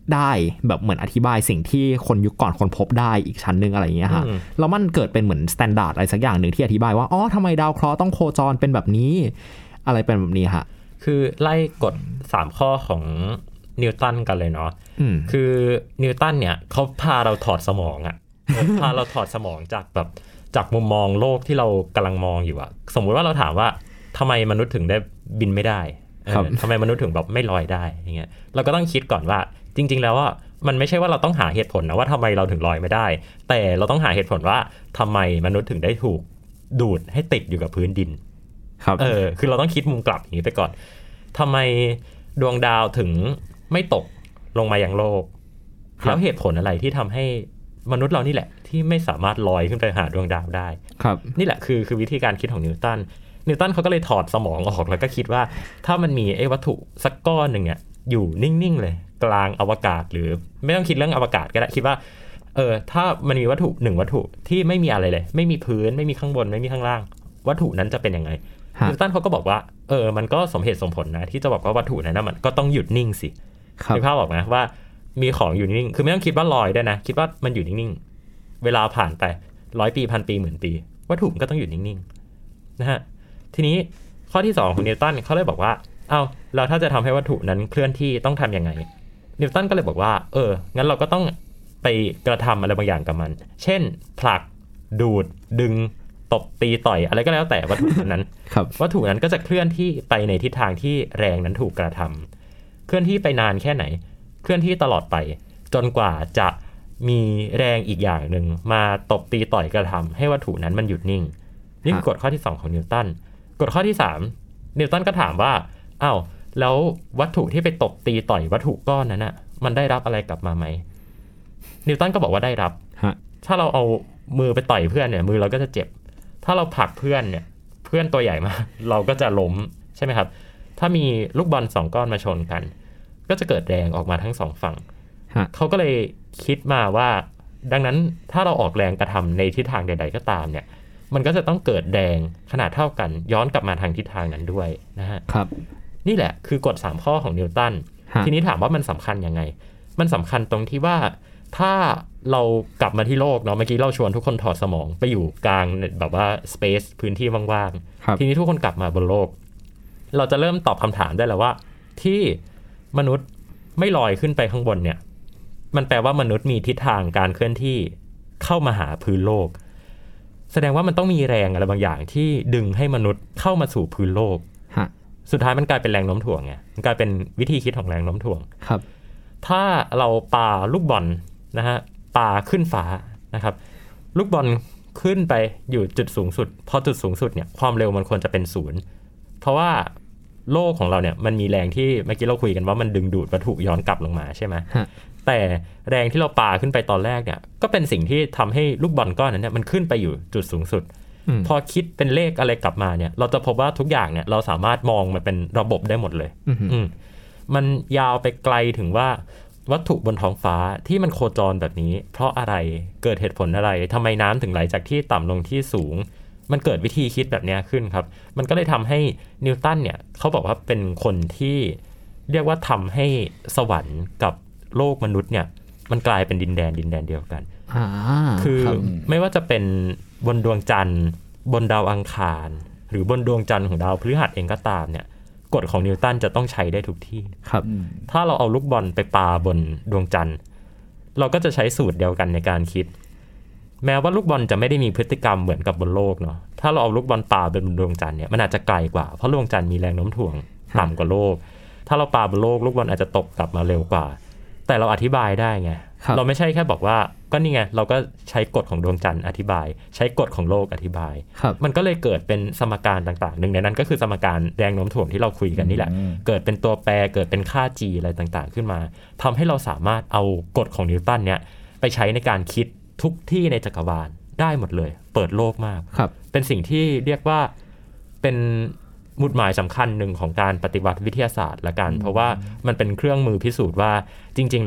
ได้แบบเหมือนอธิบายสิ่งที่คนยุคก่อนคนพบได้อีกชั้นนึงอะไรอย่างเงี้ยฮะแล้วมันเกิดเป็นเหมือนสแตนดาร์ดอะไรสักอย่างหนึ่งที่อธิบายว่าอ๋อทำไมดาวเคราะห์ต้องโคจรเป็นแบบนี้อะไรเป็นแบบนี้ฮะคือไล่กฎ3ข้อของนิวตันกันเลยเนาะคือนิวตันเนี่ยเขาพาเราถอดสมองอ่ะ พาเราถอดสมองจากมุมมองโลกที่เรากำลังมองอยู่อะสมมุติว่าเราถามว่าทำไมมนุษย์ถึงได้บินไม่ได้ทำไมมนุษย์ถึงแบบไม่ลอยได้อย่างเงี้ยเราก็ต้องคิดก่อนว่าจริงๆแล้วว่ามันไม่ใช่ว่าเราต้องหาเหตุผลนะว่าทำไมเราถึงลอยไม่ได้แต่เราต้องหาเหตุผลว่าทำไมมนุษย์ถึงได้ถูกดูดให้ติดอยู่กับพื้นดินคือเราต้องคิดมุมกลับอย่างนี้ไปก่อนทำไมดวงดาวถึงไม่ตกลงมายังโลกแล้วเหตุผลอะไรที่ทำให้มนุษย์เรานี่แหละที่ไม่สามารถลอยขึ้นไปหาดวงดาวได้นี่แหละคือวิธีการคิดของนิวตันเขาก็เลยถอดสมองออกแล้วก็คิดว่าถ้ามันมีไอ้วัตถุสักก้อนหนึ่งเนี่ยอยู่นิ่งๆเลยกลางอวกาศหรือไม่ต้องคิดเรื่องอวกาศก็ได้คิดว่าถ้ามันมีวัตถุ1วัตถุที่ไม่มีอะไรเลยไม่มีพื้นไม่มีข้างบนไม่มีข้างล่างวัตถุนั้นจะเป็นยังไงนิวตันเขาก็บอกว่ามันก็สมเหตุสมผลนะที่จะบอกว่าวัตถุนั้นมันก็ต้องหยุดนิ่งสินึกภาพออกไหมว่ามีของอยู่นิ่งคือไม่ต้องคิดว่าลอยได้นะคิดว่ามันอยู่นิ่งๆเวลาผ่านไป100 ปีพันปีหมื่นปีวัตถุมันก็ต้องอยู่นิ่งๆนะฮะทีนี้ข้อที่2ของนิวตันเขาเลยบอกว่าแล้วถ้าจะทำให้วัตถุนั้นเคลื่อนที่ต้องทำยังไงนิวตันก็เลยบอกว่างั้นเราก็ต้องไปกระทำอะไรบางอย่างกับมันเช่นผลักดูดดึงตบตีต่อยอะไรก็แล้วแต่วัตถุนั้น วัตถุนั้นก็จะเคลื่อนที่ไปในทิศทางที่แรงนั้นถูกกระทำเคลื่อนที่ไปนานแค่ไหนเคลื่อนที่ตลอดไปจนกว่าจะมีแรงอีกอย่างหนึ่งมาตบตีต่อยกระทำให้วัตถุนั้นมันหยุดนิ่งนี่คือกฎข้อที่2ของนิวตันกฎข้อที่3นิวตันก็ถามว่าแล้ววัตถุที่ไปตบตีต่อยวัตถุก้อนนั้นน่ะมันได้รับอะไรกลับมาไหมนิวตันก็บอกว่าได้รับถ้าเราเอามือไปต่อยเพื่อนเนี่ยมือเราก็จะเจ็บถ้าเราผลักเพื่อนเนี่ยเพื่อนตัวใหญ่มาเราก็จะล้มใช่ไหมครับถ้ามีลูกบอล2ก้อนมาชนกันก็จะเกิดแรงออกมาทั้ง2ฝั่งเขาก็เลยคิดมาว่าดังนั้นถ้าเราออกแรงกระทำในทิศทางใดๆก็ตามเนี่ยมันก็จะต้องเกิดแรงขนาดเท่ากันย้อนกลับมาทางทิศทางนั้นด้วยนะฮะนี่แหละคือกฎ3ข้อของนิวตันทีนี้ถามว่ามันสำคัญยังไงมันสำคัญตรงที่ว่าถ้าเรากลับมาที่โลกเนาะเมื่อกี้เราชวนทุกคนถอดสมองไปอยู่กลางแบบว่า space พื้นที่ว่างๆทีนี้ทุกคนกลับมาบนโลกเราจะเริ่มตอบคำถามได้แล้วว่าที่มนุษย์ไม่ลอยขึ้นไปข้างบนเนี่ยมันแปลว่ามนุษย์มีทิศทางการเคลื่อนที่เข้ามาหาพื้นโลกแสดงว่ามันต้องมีแรงอะไรบางอย่างที่ดึงให้มนุษย์เข้ามาสู่พื้นโลกสุดท้ายมันกลายเป็นแรงโน้มถ่วงไงมันกลายเป็นวิธีคิดของแรงโน้มถ่วงครับถ้าเราปาลูกบอลนะฮะปาขึ้นฟ้านะครับลูกบอลขึ้นไปอยู่จุดสูงสุดพอจุดสูงสุดเนี่ยความเร็วมันควรจะเป็น0เพราะว่าโลกของเราเนี่ยมันมีแรงที่เมื่อกี้เราคุยกันว่ามันดึงดูดวัตถุย้อนกลับลงมาใช่ไหมแต่แรงที่เราปาขึ้นไปตอนแรกเนี่ยก็เป็นสิ่งที่ทำให้ลูกบอลก้อนนั้นเนี่ยมันขึ้นไปอยู่จุดสูงสุดพอคิดเป็นเลขอะไรกลับมาเนี่ยเราจะพบว่าทุกอย่างเนี่ยเราสามารถมองมันเป็นระบบได้หมดเลยมันยาวไปไกลถึงว่าวัตถุบนท้องฟ้าที่มันโคจรแบบนี้เพราะอะไรเกิดเหตุผลอะไรทำไมน้ำถึงไหลจากที่ต่ำลงที่สูงมันเกิดวิธีคิดแบบนี้ขึ้นครับมันก็เลยทำให้นิวตันเนี่ยเขาบอกว่าเป็นคนที่เรียกว่าทำให้สวรรค์กับโลกมนุษย์เนี่ยมันกลายเป็นดินแดนเดียวกันคือไม่ว่าจะเป็นบนดวงจันทร์บนดาวอังคารหรือบนดวงจันทร์ของดาวพฤหัสเองก็ตามเนี่ยกฎของนิวตันจะต้องใช้ได้ทุกที่ครับถ้าเราเอาลูกบอลไปปาบนดวงจันทร์เราก็จะใช้สูตรเดียวกันในการคิดแม้ว่าลูกบอลจะไม่ได้มีพฤติกรรมเหมือนกับบนโลกเนาะถ้าเราเอาลูกบอลปาบนดวงจันทร์เนี่ยมันอาจจะไกลกว่าเพราะดวงจันทร์มีแรงโน้มถ่วงต่ำกว่าโลกถ้าเราปาบนโลกลูกบอลอาจจะตกกลับมาเร็วกว่าแต่เราอธิบายได้ไงเราไม่ใช่แค่บอกว่าก็นี่ไงเราก็ใช้กฎของดวงจันทร์อธิบายใช้กฎของโลกอธิบายมันก็เลยเกิดเป็นสมการต่างๆหนึ่งในนั้นก็คือสมการแรงโน้มถ่วงที่เราคุยกันนี่แหละเกิดเป็นตัวแปรเกิดเป็นค่า g อะไรต่างๆขึ้นมาทำให้เราสามารถเอากฎของนิวตันเนี่ยไปใช้ในการคิดทุกที่ในจักรวาลได้หมดเลยเปิดโลกมากเป็นสิ่งที่เรียกว่าเป็นหมุดหมายสำคัญหนึ่งของการปฏิวัติวิทยาศาสตร์ละกันเพราะว่ามันเป็นเครื่องมือพิสูจน์ว่าจริงๆแล้วเนี่ย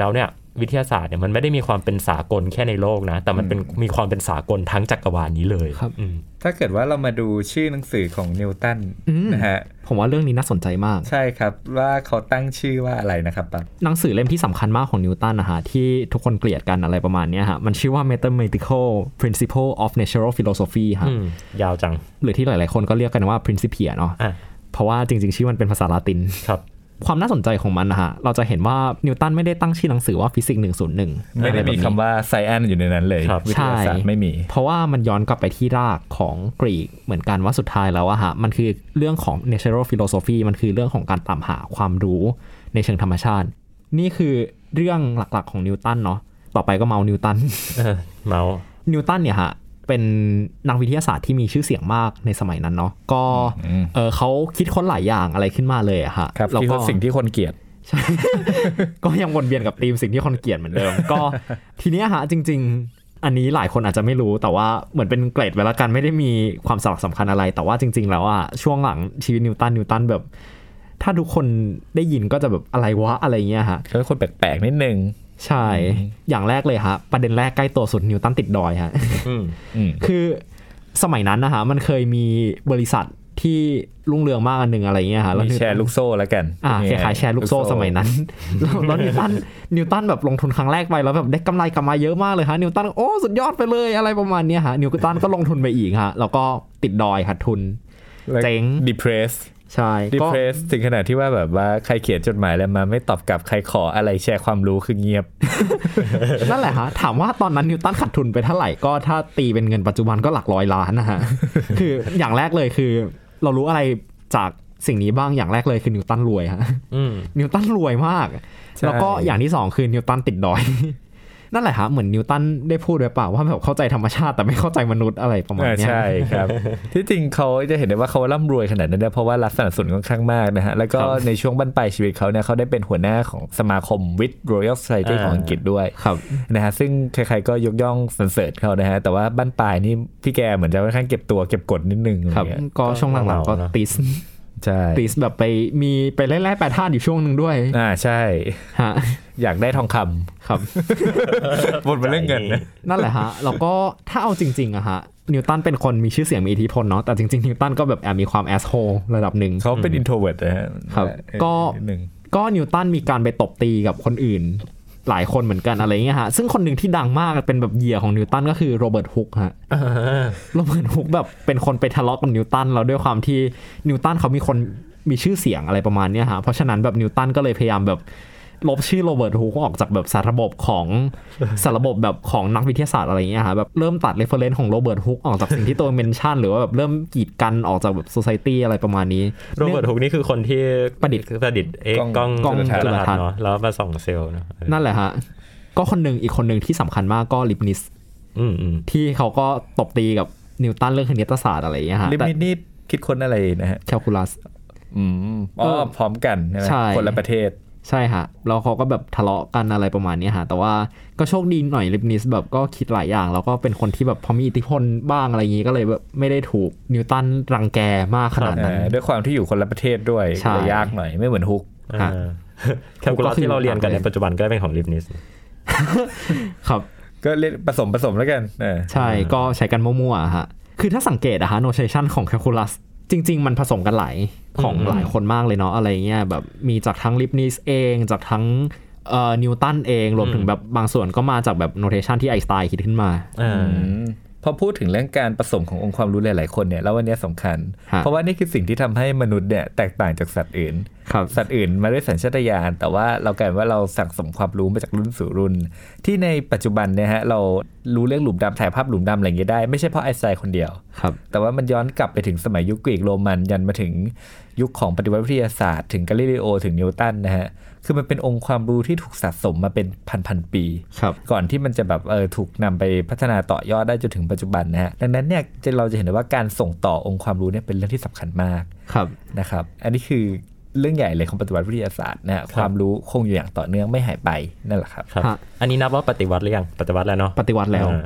วิทยาศาสตร์เนี่ยมันไม่ได้มีความเป็นสากลแค่ในโลกนะแต่มันเป็นมีความเป็นสากลทั้งจักรวาลนี้เลยครับถ้าเกิดว่าเรามาดูชื่อหนังสือของนิวตันนะฮะผมว่าเรื่องนี้น่าสนใจมากใช่ครับว่าเขาตั้งชื่อว่าอะไรนะครับปั๊บหนังสือเล่มที่สำคัญมากของนิวตันนะฮะที่ทุกคนเกลียดกันอะไรประมาณนี้ฮะมันชื่อว่า Mathematical Principle of Natural Philosophy ฮะยาวจังหรือที่หลายๆคนก็เรียกกันว่า Principia เนาะเพราะว่าจริงๆชื่อมันเป็นภาษาละตินครับความน่าสนใจของมันนะฮะเราจะเห็นว่านิวตันไม่ได้ตั้งชื่อหนังสือว่าฟิสิกส์101 ไม่ได้มีคำว่าไซแอนอยู่ในนั้นเลยวิทยาศาสตร์ไม่มีเพราะว่ามันย้อนกลับไปที่รากของกรีกเหมือนกันว่าสุดท้ายแล้วอะฮะมันคือเรื่องของ natural philosophy มันคือเรื่องของการตามหาความรู้ในเชิงธรรมชาตินี่คือเรื่องหลักๆของนิวตันเนาะต่อไปก็เมานิวตันนิวตันเนี่ยฮะเป็นนักวิทยาศาสตร์ที่มีชื่อเสียงมากในสมัยนั้นเนาะก็เขาคิดค้นหลายอย่างอะไรขึ้นมาเลยอะฮะแล้วก็สิ่งที่คนเกลียดก็ยังวนเวียนกับธีมสิ่งที่คนเกลียดเหมือนเดิม ก็ทีนี้ฮะจริงๆอันนี้หลายคนอาจจะไม่รู้แต่ว่าเหมือนเป็นเกรดไว้ละกันไม่ได้มีความสำคัญอะไรแต่ว่าจริงๆแล้วอะช่วงหลังชีวิตนิวตันแบบถ้าทุกคนได้ยินก็จะแบบอะไรวะอะไรเงี้ยฮะก็คนแปลกๆนิดนึงใช่อย่างแรกเลยฮะประเด็นแรกใกล้ตัวสุดนิวตันติดดอยฮะคือสมัยนั้นนะฮะมันเคยมีบริษัทที่รุ่งเรืองมากอันนึงอะไรเงี้ยฮะแล้วแชร์ลูกโซ่แล้วกันคล้ายๆแชร์ลูกโซ่สมัยนั้นแล้วนิวตันแบบลงทุนครั้งแรกไปแล้วแบบได้กำไรกลับมาเยอะมากเลยฮะนิวตันโอ้สุดยอดไปเลยอะไรประมาณนี้ฮะนิวตันก็ลงทุนไปอีกฮะแล้วก็ติดดอยขาดทุนเจ๊ง depress ใช่ก็ถึงขนาดที่ว่าแบบว่าใครเขียนจดหมายแล้วมาไม่ตอบกลับใครขออะไรแชร์ความรู้คือเงียบนั่นแหละฮะถามว่าตอนนั้นนิวตันขาดทุนไปเท่าไหร่ก็ถ้าตีเป็นเงินปัจจุบันก็หลักร้อยล้านนะฮะ คืออย่างแรกเลยคือเรารู้อะไรจากสิ่งนี้บ้างอย่างแรกเลยคือนิวตันรวยฮะนิวตันรวยมากแล้วก็อย่างที่สองคือนิวตันติดดอยนั่นแหละฮะเหมือนนิวตันได้พูดไว้เปล่าว่าแบบเข้าใจธรรมชาติแต่ไม่เข้าใจมนุษย์อะไรประมาณนี้ใช่ครับ ที่จริงเขาจะเห็นได้ว่าเขาร่ำรวยขนาดนั้นเพราะว่ารัฐสนับสนุนค่อนข้างมากนะฮะแล้วก็ในช่วงบั้นปลายชีวิตเขาเนี่ยเขาได้เป็นหัวหน้าของสมาคมวิทย์ Royal Society ของอังกฤษด้วยนะฮะซึ่งใครๆก็ยกย่องสรรเสริญเขานะฮะแต่ว่าบั้นปลายนี่พี่แกเหมือนจะค่อนข้างเก็บตัวเก็บกดนิดนึงก็ช่วงหลังๆก็ติสใช่ติสแบบไปไล่ๆแปดท่านอยู่ช่วงนึงด้วยใช่ฮะอยากได้ทองคำครับหมดไปเรื่องเงินนะนั่นแหละฮะแล้วก็ถ้าเอาจริงๆอะฮะนิวตันเป็นคนมีชื่อเสียงมีอิทธิพลเนาะแต่จริงๆนิวตันก็แบบแอบมีความแอสโฮระดับหนึ่งเขาเป็น introvert นะฮะครับก็นิวตันมีการไปตบตีกับคนอื่นหลายคนเหมือนกันอะไรเงี้ยฮะซึ่งคนหนึ่งที่ดังมากเป็นแบบเหยื่อของนิวตันก็คือโรเบิร์ตฮุกฮะโรเบิร์ตฮุกแบบเป็นคนไปทะเลาะกับนิวตันแล้วด้วยความที่นิวตันเขามีคนมีชื่อเสียงอะไรประมาณนี้ฮะเพราะฉะนั้นแบบนิวตันก็เลยพยายามแบบลบชื่อโรเบิร์ตฮุกออกจากแบบสารระบบของสารระบบแบบของนักวิทยาศาสตร์อะไรเงี้ยฮะแบบเริ่มตัดเรฟเฟอเรนซ์ของโรเบิร์ตฮุกออกจากสิ่งที่ตัวเมนชั่นหรือว่าแบบเริ่มกีดกันออกจากแบบโซไซตี้อะไรประมาณนี้โรเบิร์ตฮุกนี่คือคนที่ประดิษฐ์กล้องจุลทรรศน์เนาะแล้วมาส่องเซลล์นะนั่นแหละฮะก็อีกคนหนึ่งที่สำคัญมากก็ลิบนิสที่เขาก็ตบตีกับนิวตันเรื่องคณิตศาสตร์อะไรอย่างเงี้ยฮะลิบนิสนี่คิดค้นอะไรนะฮะแคลคูลัสพร้อมกันใช่ไหมคนละประเทศใช่ฮะแล้วเขาก็แบบทะเลาะกันอะไรประมาณนี้ฮะแต่ว่าก็โชคดีหน่อยลิบนิสแบบก็คิดหลายอย่างแล้วก็เป็นคนที่แบบพอมีอิทธิพลบ้างอะไรอย่างงี้ก็เลยแบบไม่ได้ถูกนิวตันรังแกมากขนาดนั้นด้วยความที่อยู่คนละประเทศด้วยเลยยากหน่อยไม่เหมือนฮุกแคลคูลัสที่เราเรียนกันในปัจจุบันก็เป็นของลิบนิสครับก็เรียนผสมแล้วกันใช่ก็ใช้กันมั่วๆฮะคือถ้าสังเกตอะฮะโนเทชันของแคลคูลัสจริงๆมันผสมกันหลายของหลายคนมากเลยเนาะอะไรเงี้ยแบบมีจากทั้งลิบนิสเองจากทั้งนิวตันเองรวมถึงแบบบางส่วนก็มาจากแบบโนเทชันที่ไอน์สไตน์คิดขึ้นมาพอพูดถึงเรื่องการผสมขององค์ความรู้หลายๆคนเนี่ยแล้ววันนี้สำคัญเพราะว่านี่คือสิ่งที่ทำให้มนุษย์เนี่ยแตกต่างจากสัตว์อื่นสัตว์อื่นมาด้วยสัญชาตญาณแต่ว่าเรากลายว่าเราสั่งสมความรู้มาจากรุ่นสู่รุ่นที่ในปัจจุบันเนี่ยฮะเรารู้เรื่องหลุมดำถ่ายภาพหลุมดำอะไรอย่างเงี้ยได้ไม่ใช่เพราะไอน์สไตน์คนเดียวแต่ว่ามันย้อนกลับไปถึงสมัยยุคกรีกโรมันยันมาถึงยุคของปฏิวัติวิทยาศาสตร์ถึงกาลิเลโอถึงนิวตันนะฮะคือมันเป็นองค์ความรู้ที่ถูกสะสมมาเป็นพันปีก่อนที่มันจะแบบถูกนำไปพัฒนาต่อยอดได้จนถึงปัจจุบันนะฮะดังนั้นเนี่ยเราจะเห็นได้ว่าการส่งต่อองค์ความรู้เนี่ยเป็นเรื่องที่สำคัญมากนะครับอันนี้คือเรื่องใหญ่เลยของปฏิวัติวิทยาศาสตร์นะความรู้คงอยู่อย่างต่อเนื่องไม่หายไปนั่นแหละครับอันนี้นับว่าปฏิวัติหรือยังปฏิวัติแล้วเนาะปฏิวัติแล้ว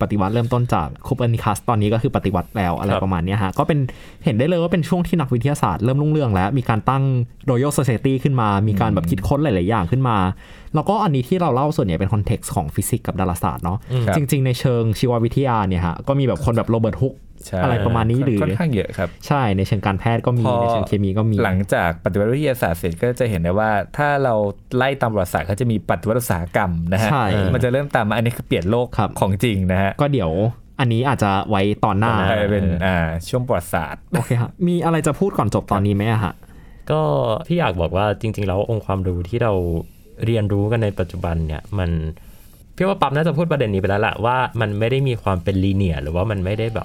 ปฏิวัติเริ่มต้นจากโคเปอร์นิคัสตอนนี้ก็คือปฏิวัติแล้วอะไรประมาณนี้ฮะก็เป็นเห็นได้เลยว่าเป็นช่วงที่นักวิทยาศาสตร์เริ่มรุ่งเรืองแล้วมีการตั้ง Royal Society ขึ้นมามีการแบบคิดค้นหลายๆอย่างขึ้นมาแล้วก็อันนี้ที่เราเล่าส่วนใหญ่เป็นคอนเท็กซ์ของฟิสิกส์กับดาราศาสตร์เนาะจริงๆในเชิงชีววิทยาเนี่ยฮะก็มีแบบคนแบบโรเบิร์ตฮุกอะไรประมาณนี้หรือค่อนข้างเยอะครับใช่ในเชิงการแพทย์ก็มีในเชิงเคมีก็มีหลังจากปฏิวัติวิทยาศาสตร์เสร็จก็จะเห็นได้ว่าถ้าเราไล่ตามประวัติศาสตร์เขาจะมีปฏิวัติอุตสาหกรรมนะฮะมันจะเริ่มตามมาอันนี้คือเปลี่ยนโลกของจริงนะฮะก็เดี๋ยวอันนี้อาจจะไว้ตอนหน้าเป็นช่วงประวัติศาสตร์โอเคครับมีอะไรจะพูดก่อนจบตอนนี้ไหมฮะก็พี่อยากบอกว่าจริงๆแล้วองค์ความรู้ที่เราเรียนรู้กันในปัจจุบันเนี่ยมันพี่ว่าปั๊บน่าจะพูดประเด็นนี้ไปแล้วแหละว่ามันไม่ได้มีความเป็นลีเนียร์หรือว่ามันไม่ได้แบบ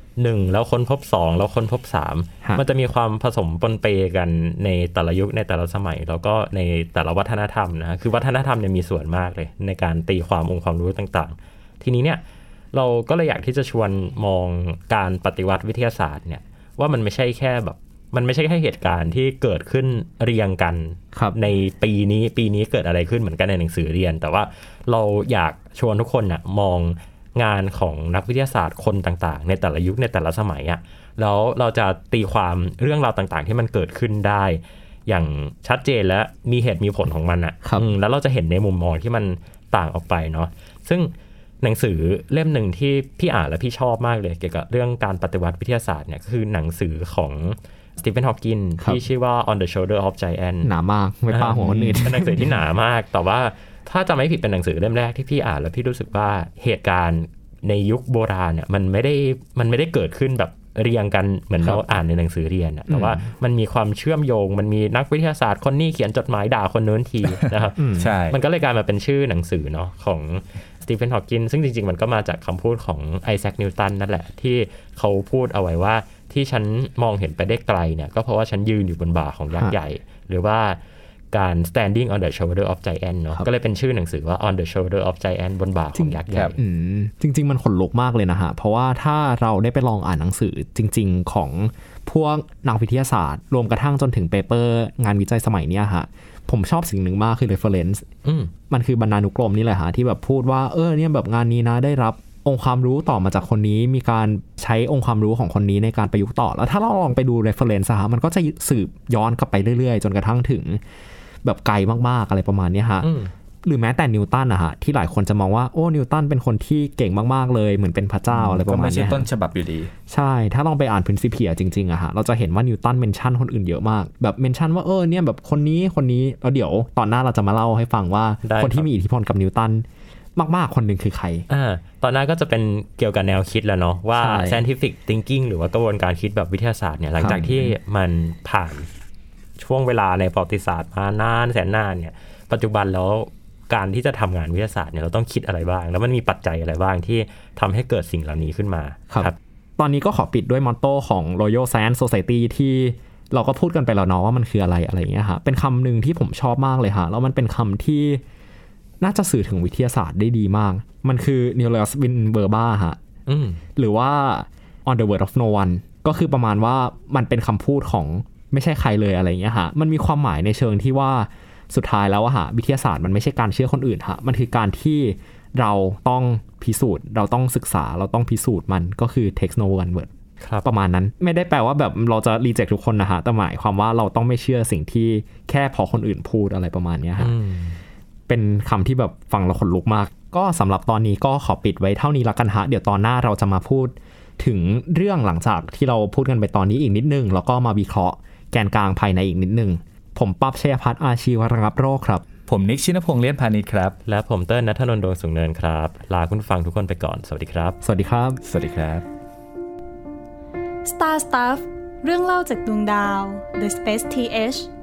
1แล้วค้นพบ2แล้วค้นพบ3มันจะมีความผสมปนเปกันในแต่ละยุคในแต่ละสมัยแล้วก็ในแต่ละวัฒนธรรมนะคือวัฒนธรรมเนี่ยมีส่วนมากเลยในการตีความองค์ความรู้ต่างๆทีนี้เนี่ยเราก็เลยอยากที่จะชวนมองการปฏิวัติวิทยาศาสตร์เนี่ยว่ามันไม่ใช่แค่แบบมันไม่ใช่แค่เหตุการณ์ที่เกิดขึ้นเรียงกันในปีนี้เกิดอะไรขึ้นเหมือนกันในหนังสือเรียนแต่ว่าเราอยากชวนทุกคนน่ะมองงานของนักวิทยาศาสตร์คนต่างๆในแต่ละยุคในแต่ละสมัยอ่ะแล้วเราจะตีความเรื่องราวต่างๆที่มันเกิดขึ้นได้อย่างชัดเจนและมีเหตุมีผลของมันอ่ะแล้วเราจะเห็นในมุมมองที่มันต่างออกไปเนาะซึ่งหนังสือเล่มหนึ่งที่พี่อ่านและพี่ชอบมากเลยเกี่ยวกับเรื่องการปฏิวัติวิทยาศาสตร์เนี่ยก็คือหนังสือของสตีเฟนฮอว์กินที่ชื่อว่า On the Shoulder of Giants หนามากไม่ป้าหัวคนอื่นเป็นหนังสือที่หนามากแต่ว่าถ้าจำไม่ผิดเป็นหนังสือเล่มแรกที่พี่อ่านแล้วพี่รู้สึกว่าเหตุการณ์ในยุคโบราณเนี่ยมันไม่ได้เกิดขึ้นแบบเรียงกันเหมือนเราอ่านในหนังสือเรียนแต่ว่ามันมีความเชื่อมโยงมันมีนักวิทยาศาสตร์คนนี้เขียนจดหมายด่าคนโน้นทีนะครับใช่มันก็เลยกลายมาเป็นชื่อหนังสือเนาะของสตีเฟนฮอว์กินซึ่งจริงๆมันก็มาจากคำพูดของไอแซคนิวตันนั่นแหละที่เขาพูดเอาไว้ว่าที่ฉันมองเห็นไปได้ไกลเนี่ยก็เพราะว่าฉันยืนอยู่บนบ่าของยักษ์ใหญ่หรือว่าการ standing on the shoulder of giant เนาะก็เลยเป็นชื่อหนังสือว่า on the shoulder of giant บนบ่าของยักษ์ใหญ่จริงๆมันขนลุกมากเลยนะฮะเพราะว่าถ้าเราได้ไปลองอ่านหนังสือจริงๆของพวกนักวิทยาศาสตร์รวมกระทั่งจนถึงเปเปอร์งานวิจัยสมัยนี้ฮะผมชอบสิ่งหนึ่งมากคือ reference มันคือบรรณานุกรมนี่แหละฮะที่แบบพูดว่าเนี่ยแบบงานนี้นะได้รับองค์ความรู้ต่อมาจากคนนี้มีการใช้องค์ความรู้ของคนนี้ในการประยุกต์ต่อแล้วถ้าเราลองไปดู reference ฮะมันก็จะสืบย้อนกลับไปเรื่อยๆจนกระทั่งถึงแบบไกลมากๆอะไรประมาณนี้ฮะหรือแม้แต่นิวตันอะฮะที่หลายคนจะมองว่าโอ้นิวตันเป็นคนที่เก่งมากๆเลยเหมือนเป็นพระเจ้าอะไรประมาณนี้ก็ไม่ใช่ต้นฉบับอยู่ดีใช่ถ้าลองไปอ่าน Principia จริงๆอะฮะเราจะเห็นว่านิวตันเมนชั่นคนอื่นเยอะมากแบบเมนชั่นว่าเนี่ยแบบคนนี้แล้วเดี๋ยวตอนหน้าเราจะมาเล่าให้ฟังว่าคนที่มีอิทธิพลกับนิวตันมากๆคนหนึ่งคือใครตอนนั้นก็จะเป็นเกี่ยวกับแนวคิดแล้วเนาะว่า scientific thinking หรือว่ากระบวนการคิดแบบวิทยาศาสตร์เนี่ยหลังจากที่มันผ่านช่วงเวลาในประวัติศาสตร์มานานแสนนานเนี่ยปัจจุบันแล้วการที่จะทำงานวิทยาศาสตร์เนี่ยเราต้องคิดอะไรบ้างแล้วมันมีปัจจัยอะไรบ้างที่ทำให้เกิดสิ่งเหล่านี้ขึ้นมาครับตอนนี้ก็ขอปิดด้วยมอตโต้ของ Royal Science Society ที่เราก็พูดกันไปแล้วเนาะว่ามันคืออะไรอย่างเงี้ยฮะเป็นคำหนึ่งที่ผมชอบมากเลยฮะแล้วมันเป็นคำที่น่าจะสื่อถึงวิทยาศาสตร์ได้ดีมากมันคือ Nihilus in verba ฮะหรือว่า on the word of no one ก็คือประมาณว่ามันเป็นคำพูดของไม่ใช่ใครเลยอะไรอย่างเงี้ยฮะมันมีความหมายในเชิงที่ว่าสุดท้ายแล้วอะฮะวิทยาศาสตร์มันไม่ใช่การเชื่อคนอื่นฮะมันคือการที่เราต้องพิสูจน์เราต้องศึกษาเราต้องพิสูจน์มันก็คือ takes no one word ประมาณนั้นไม่ได้แปลว่าแบบเราจะรีเจ็คทุกคนนะฮะแต่หมายความว่าเราต้องไม่เชื่อสิ่งที่แค่พอคนอื่นพูดอะไรประมาณนี้ฮะเป็นคำที่แบบฟังแล้วขนลุกมากก็สำหรับตอนนี้ก็ขอปิดไว้เท่านี้ละกันฮะเดี๋ยวตอนหน้าเราจะมาพูดถึงเรื่องหลังจากที่เราพูดกันไปตอนนี้อีกนิดนึงแล้วก็มาวิเคราะห์แกนกลางภายในอีกนิดนึงผมปั๊บชัยพัฒน์อาชีวระงับโรคครับผมนิกชินพงษ์เลี้ยนพานิชครับและผมเติ้ลณัฐนนท์ ดวงสูงเนินครับลาคุณฟังทุกคนไปก่อนสวัสดีครับสวัสดีครับสวัสดีครับ Star Stuff เรื่องเล่าจากดวงดาว The Space TH